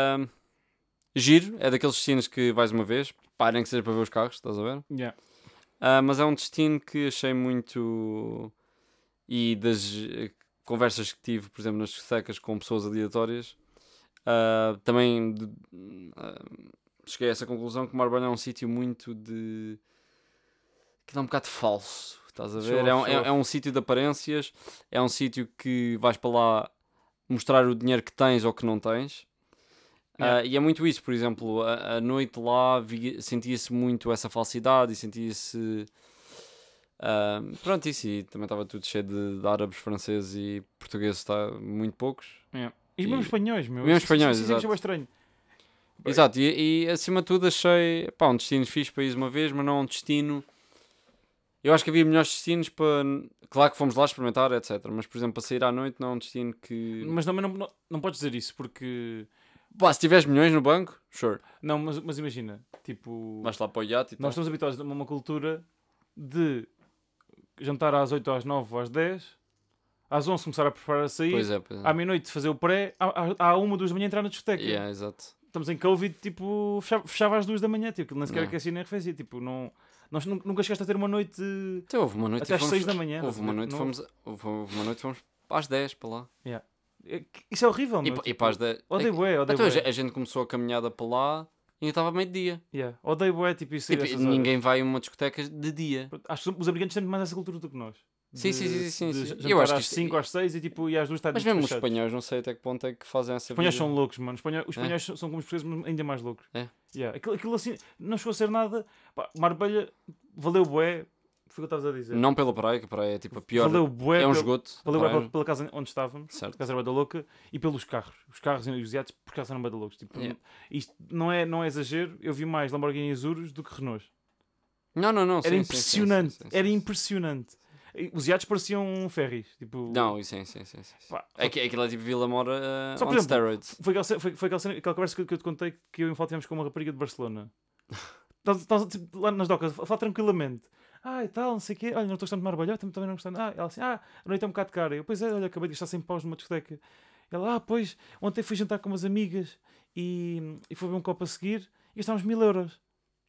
Speaker 1: giro, é daqueles destinos que vais uma vez, pá, nem que seja para ver os carros, estás a ver?
Speaker 2: Yeah.
Speaker 1: Mas é um destino que achei muito... E das conversas que tive, por exemplo, nas discotecas com pessoas aleatórias, também cheguei a essa conclusão que Marbella é um sítio muito de... que dá um bocado falso, estás a ver? É um sítio de aparências, é um sítio que vais para lá mostrar o dinheiro que tens ou que não tens.
Speaker 2: Yeah.
Speaker 1: E é muito isso, por exemplo, a noite lá sentia-se muito essa falsidade e sentia-se... pronto, isso, e também estava tudo cheio de árabes, franceses e portugueses, muito poucos.
Speaker 2: Yeah. E mesmo espanhóis, meu.
Speaker 1: Mesmo espanhóis,
Speaker 2: Isso é
Speaker 1: exato.
Speaker 2: estranho.
Speaker 1: Exato, e acima de tudo achei um destino fixe para ir uma vez, mas não um destino... Eu acho que havia melhores destinos para... Claro que fomos lá experimentar, etc. Mas, por exemplo, para sair à noite não é um destino que...
Speaker 2: Mas também não podes dizer isso, porque
Speaker 1: Pá, se tiveres milhões no banco, sure.
Speaker 2: Não, mas imagina, tipo...
Speaker 1: Vais lá para o iate e tal.
Speaker 2: Nós estamos habituados a uma cultura de jantar às 8 ou às 9 ou às 10, às 11 começar a preparar a sair,
Speaker 1: Pois é, pois é.
Speaker 2: à meia-noite fazer o pré, à 1 ou 2 da manhã entrar na discoteca.
Speaker 1: Yeah, exato.
Speaker 2: Estamos em Covid, tipo, fechava às 2 da manhã, tipo, aquilo nem sequer
Speaker 1: Não.
Speaker 2: aquecia nem arrefecia, tipo, não... Nós nunca chegaste a ter uma noite
Speaker 1: Então, houve uma noite
Speaker 2: até
Speaker 1: e
Speaker 2: às
Speaker 1: fomos...
Speaker 2: 6 da manhã.
Speaker 1: Houve uma noite fomos às 10 para lá.
Speaker 2: Isso é horrível, meu.
Speaker 1: E para as 10...
Speaker 2: Odeio bué.
Speaker 1: Então a gente começou a caminhada para lá e ainda estava meio-dia.
Speaker 2: Odeio bué, tipo, isso
Speaker 1: Tipo, ninguém vai a uma discoteca de dia.
Speaker 2: Acho que os americanos têm mais essa cultura do que nós.
Speaker 1: Sim.
Speaker 2: Eu acho que às 5 às 6 e tipo, e às 2 está.
Speaker 1: Mas mesmo os espanhóis, não sei até que ponto é que fazem essa vida.
Speaker 2: Os espanhóis são loucos, mano. Os espanhóis são como os portugueses, mas ainda mais loucos.
Speaker 1: É.
Speaker 2: Aquilo assim, não chegou a ser nada. Pá, Marbella valeu bué. Foi o que eu estavas a dizer.
Speaker 1: Não pela praia, que a praia é tipo a pior.
Speaker 2: Valeu bué.
Speaker 1: É um esgoto.
Speaker 2: Valeu bué pela casa onde estávamos.
Speaker 1: Certo.
Speaker 2: A casa era bué da louca. E pelos carros. Os carros e os iates, por acaso eram bué da loucos. Tipo, isto não é exagero. Eu vi mais Lamborghini Azuros do que Renault.
Speaker 1: Não.
Speaker 2: Era impressionante. Era impressionante. Os iates pareciam ferries. Tipo...
Speaker 1: Não, sim.
Speaker 2: Pá,
Speaker 1: Aquilo é tipo Vila Mora
Speaker 2: Só, por
Speaker 1: on
Speaker 2: exemplo,
Speaker 1: steroids.
Speaker 2: Foi aquela conversa que eu te contei que eu e o Infal tivemos com uma rapariga de Barcelona. Estás tipo, lá nas docas a falar tranquilamente. E tal, não sei o quê. Olha, não estou gostando de Marbella, também não gostando. Ela assim, a noite é um bocado cara. Eu, pois é, olha, acabei de gastar 100 paus numa discoteca. Ela, pois, ontem fui jantar com umas amigas e fui ver um copo a seguir e gastámos 1000 euros.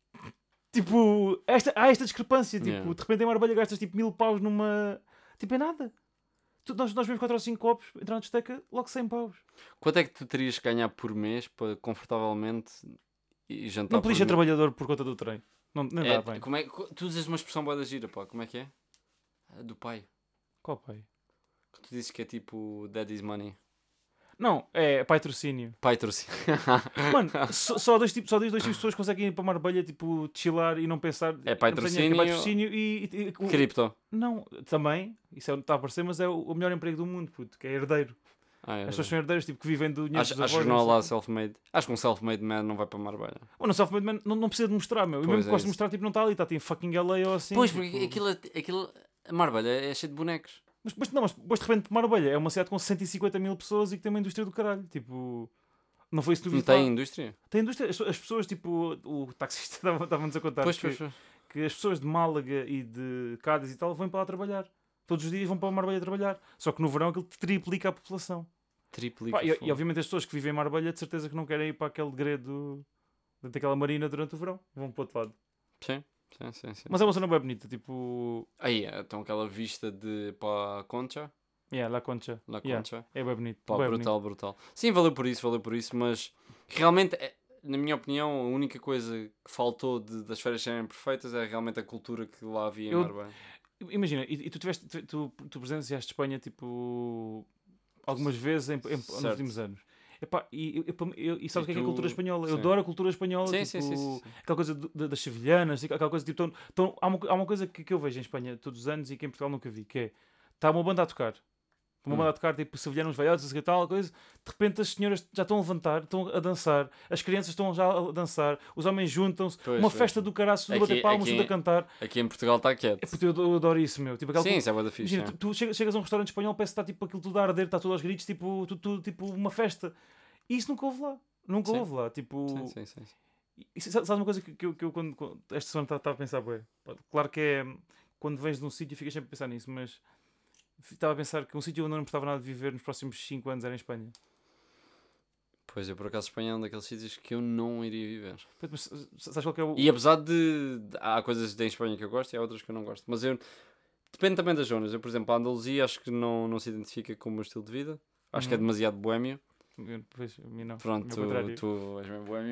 Speaker 2: Tipo, há esta discrepância. Tipo, de repente em Marbella gastas tipo 1000 paus numa... Tipo, é nada. Nós vemos 4 ou 5 copos, entrar na discoteca, logo 100 paus.
Speaker 1: Quanto é que tu terias que ganhar por mês para confortavelmente e jantar?
Speaker 2: Não podias ser trabalhador por conta do trem. Não dá bem.
Speaker 1: Como é, tu usas uma expressão boa da gira, pá. Como é que é? Do pai.
Speaker 2: Qual pai?
Speaker 1: Tu dizes que é tipo daddy's money.
Speaker 2: Não, é patrocínio.
Speaker 1: Patrocínio.
Speaker 2: Mano, só dois tipos de pessoas conseguem ir para Marbella, tipo, chilar e não pensar.
Speaker 1: É patrocínio.
Speaker 2: E
Speaker 1: Cripto.
Speaker 2: Não, também, isso está a aparecer, mas é o melhor emprego do mundo, puto, que é herdeiro. As pessoas são herdeiros, tipo, que vivem do dinheiro dos avós.
Speaker 1: Acho que não há lá self-made. Acho que um self-made man não vai para Marbella.
Speaker 2: Não, self-made man não precisa de mostrar, meu. Eu mesmo que gosto de mostrar, tipo, não está ali, está em fucking LA ou assim.
Speaker 1: Pois,
Speaker 2: tipo...
Speaker 1: porque aquilo... Marbella é cheio de bonecos.
Speaker 2: Mas de repente Marbella é uma cidade com 150 mil pessoas e que tem uma indústria do caralho. Tipo, não foi isso que tu viste
Speaker 1: não
Speaker 2: lá?
Speaker 1: tem indústria?
Speaker 2: Tem indústria. As pessoas, tipo, o taxista estava-nos a contar que as pessoas de Málaga e de Cádiz e tal vêm para lá trabalhar. Todos os dias vão para Marbella trabalhar. Só que no verão aquilo triplica a população.
Speaker 1: Triplica.
Speaker 2: E obviamente as pessoas que vivem em Marbella de certeza que não querem ir para aquele degredo daquela marina durante o verão. Vão para o outro lado.
Speaker 1: Sim.
Speaker 2: Mas é uma zona bem bonita, tipo...
Speaker 1: Aí, então aquela vista para a Concha.
Speaker 2: La Concha. É bem bonito.
Speaker 1: Pá, brutal. Sim, valeu por isso, mas realmente, na minha opinião, a única coisa que faltou das férias serem perfeitas é realmente a cultura que lá havia em Marbella.
Speaker 2: Imagina, e tu presenciaste Espanha, tipo, algumas vezes nos últimos anos. Epá, e sabes o que é a cultura espanhola? Eu adoro a cultura espanhola.
Speaker 1: Sim.
Speaker 2: Aquela coisa das sevilhanas, aquela coisa tipo. Há uma coisa que eu vejo em Espanha todos os anos e que em Portugal nunca vi, que é: está uma banda a tocar. Uma banda a tocar, tipo, sevilhanos, velhotes, e tal, coisa. De repente as senhoras já estão a levantar, estão a dançar, as crianças estão já a dançar, os homens juntam-se, uma festa do caraço, de bater palmas, tudo a cantar.
Speaker 1: Aqui em Portugal está quieto.
Speaker 2: Eu adoro isso, meu. Tipo,
Speaker 1: sim, isso é bué da fixe.
Speaker 2: Imagina, tu chegas a um restaurante espanhol, parece que está tipo aquilo tudo a arder, está tudo aos gritos, tipo, tudo, tipo uma festa. E isso nunca houve lá. Houve lá. Tipo...
Speaker 1: Sim.
Speaker 2: E sabe uma coisa que eu quando esta semana estava a pensar, bué. Claro que é quando vens de um sítio ficas sempre a pensar nisso, mas estava a pensar que um sítio onde eu não gostava nada de viver nos próximos 5 anos era em Espanha.
Speaker 1: Pois, eu por acaso Espanha é um daqueles sítios que eu não iria viver.
Speaker 2: Mas sabes qual que é o...
Speaker 1: E apesar de... Há coisas em Espanha que eu gosto e há outras que eu não gosto. Mas depende também das zonas. Eu, por exemplo, a Andaluzia acho que não se identifica com o meu estilo de vida. Acho que é demasiado boémio.
Speaker 2: Pois, a mim não.
Speaker 1: Pronto, tu és mesmo boémio.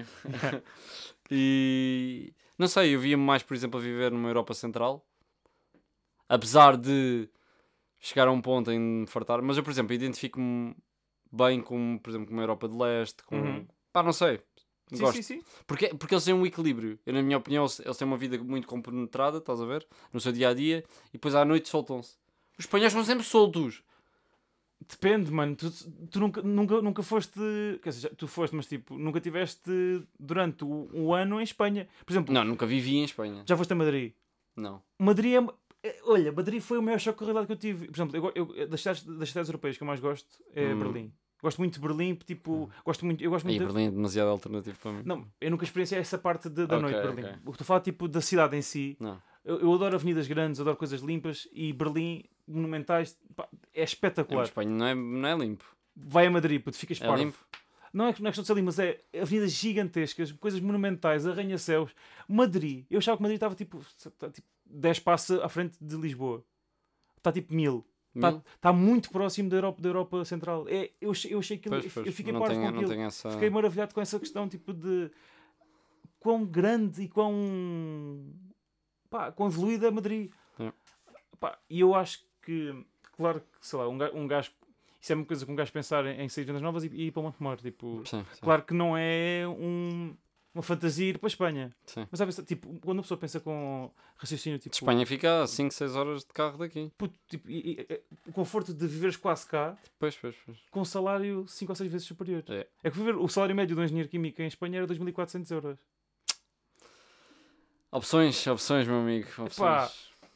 Speaker 1: E... Não sei, eu via-me mais, por exemplo, a viver numa Europa Central. Apesar de chegar a um ponto em me fartar. Mas eu, por exemplo, identifico-me bem com, por exemplo, com uma Europa de Leste. Pá, não sei. Gosto.
Speaker 2: Sim.
Speaker 1: Porque eles têm um equilíbrio. Eu, na minha opinião, eles têm uma vida muito compenetrada, estás a ver? No seu dia-a-dia. E depois à noite soltam-se. Os espanhóis são sempre soltos.
Speaker 2: Depende, mano. Tu nunca foste... Quer dizer, tu foste, mas tipo, nunca tiveste durante um ano em Espanha. Por exemplo...
Speaker 1: Não, nunca vivi em Espanha.
Speaker 2: Já foste a Madrid?
Speaker 1: Não.
Speaker 2: Madrid Olha, Madrid foi o maior choque de realidade que eu tive. Por exemplo, das cidades europeias que eu mais gosto é Berlim. Gosto muito de Berlim, tipo, eu gosto
Speaker 1: E
Speaker 2: muito
Speaker 1: Berlim é demasiado alternativo para mim.
Speaker 2: Não, eu nunca experienciei essa parte da
Speaker 1: Ok,
Speaker 2: noite de Berlim.
Speaker 1: ok.
Speaker 2: O que estou a falar, tipo, da cidade em si.
Speaker 1: Não.
Speaker 2: Eu adoro avenidas grandes, adoro coisas limpas e Berlim, monumentais, pá, é espetacular.
Speaker 1: Em Espanha não é limpo.
Speaker 2: Vai a Madrid, puto, ficas
Speaker 1: É
Speaker 2: parvo.
Speaker 1: limpo.
Speaker 2: Não é questão de ser limpo, mas é avenidas gigantescas, coisas monumentais, arranha-céus. Madrid, eu achava que Madrid estava tipo 10 passos à frente de Lisboa. Está tipo 1000. Está muito próximo da Europa Central. Eu achei que
Speaker 1: Pois,
Speaker 2: eu fiquei
Speaker 1: não
Speaker 2: parvo com
Speaker 1: tenho, não
Speaker 2: aquilo.
Speaker 1: tenho essa...
Speaker 2: Fiquei maravilhado com essa questão tipo de quão grande e quão evoluída é Madrid.
Speaker 1: É.
Speaker 2: Pá, e eu acho que, claro que, sei lá, um gajo, isso é uma coisa que um gajo pensar em sair de vendas novas e ir para o Montemor. Tipo,
Speaker 1: Sim.
Speaker 2: claro que não é uma fantasia ir para a Espanha.
Speaker 1: Sim.
Speaker 2: Mas sabe, tipo, quando a pessoa pensa com raciocínio, tipo,
Speaker 1: De Espanha fica a 5, 6 horas de carro daqui.
Speaker 2: puto, tipo, o conforto de viveres quase cá
Speaker 1: Pois.
Speaker 2: com um salário 5 ou 6 vezes superior.
Speaker 1: É.
Speaker 2: Que o salário médio de um engenheiro químico em Espanha era 2.400 euros.
Speaker 1: Opções, meu amigo.
Speaker 2: Epá.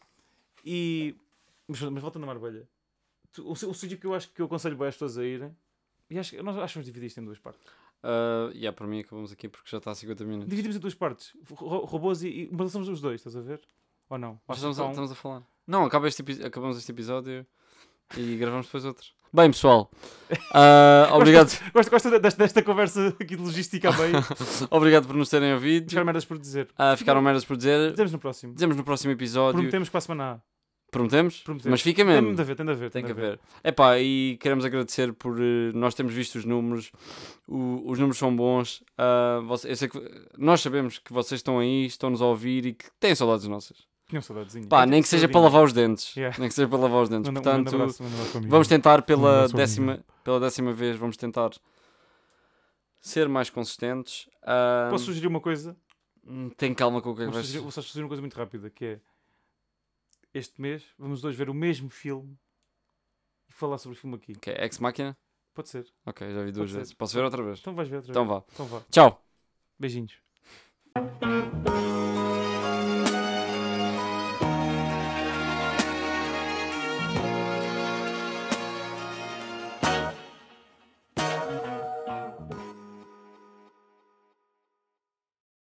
Speaker 2: Mas voltando a Marbella, o sítio que eu acho que eu aconselho bem as pessoas a irem, e nós acho que vamos dividir isto em duas partes.
Speaker 1: Para mim acabamos aqui porque já está a 50 minutos.
Speaker 2: Dividimos em duas partes, robôs mas somos os dois, estás a ver? Ou não?
Speaker 1: Mas
Speaker 2: Basta só um.
Speaker 1: estamos a falar. Não, acabamos este episódio e gravamos depois outro. Bem, pessoal, obrigado.
Speaker 2: Gosto desta conversa aqui de logística a meio.
Speaker 1: Obrigado por nos terem ouvido.
Speaker 2: Ficaram merdas por dizer.
Speaker 1: Ficaram merdas por dizer.
Speaker 2: Dizemos no próximo
Speaker 1: episódio.
Speaker 2: Prometemos para a semana A.
Speaker 1: Prometemos? Mas fica mesmo.
Speaker 2: Tem de haver.
Speaker 1: Tem que haver. E queremos agradecer por nós termos visto os números. Os números são bons. Eu sei que nós sabemos que vocês estão aí, estão-nos a ouvir e que têm saudades nossas.
Speaker 2: Tinham saudadezinha.
Speaker 1: Nem que seja para lavar os dentes.
Speaker 2: Yeah.
Speaker 1: Nem que seja para lavar os dentes. Portanto,
Speaker 2: abraço,
Speaker 1: vamos tentar pela décima vez, vamos tentar ser mais consistentes.
Speaker 2: Posso sugerir uma coisa?
Speaker 1: Tem calma com o que é que vais...
Speaker 2: Vou só sugerir uma coisa muito rápida, que é este mês vamos dois ver o mesmo filme e falar sobre o filme aqui.
Speaker 1: Ok, Ex Machina?
Speaker 2: Pode ser.
Speaker 1: Ok, já vi 2 vezes. Posso ver outra vez?
Speaker 2: Então vais ver outra
Speaker 1: Então
Speaker 2: vez.
Speaker 1: vá. Tchau.
Speaker 2: Beijinhos.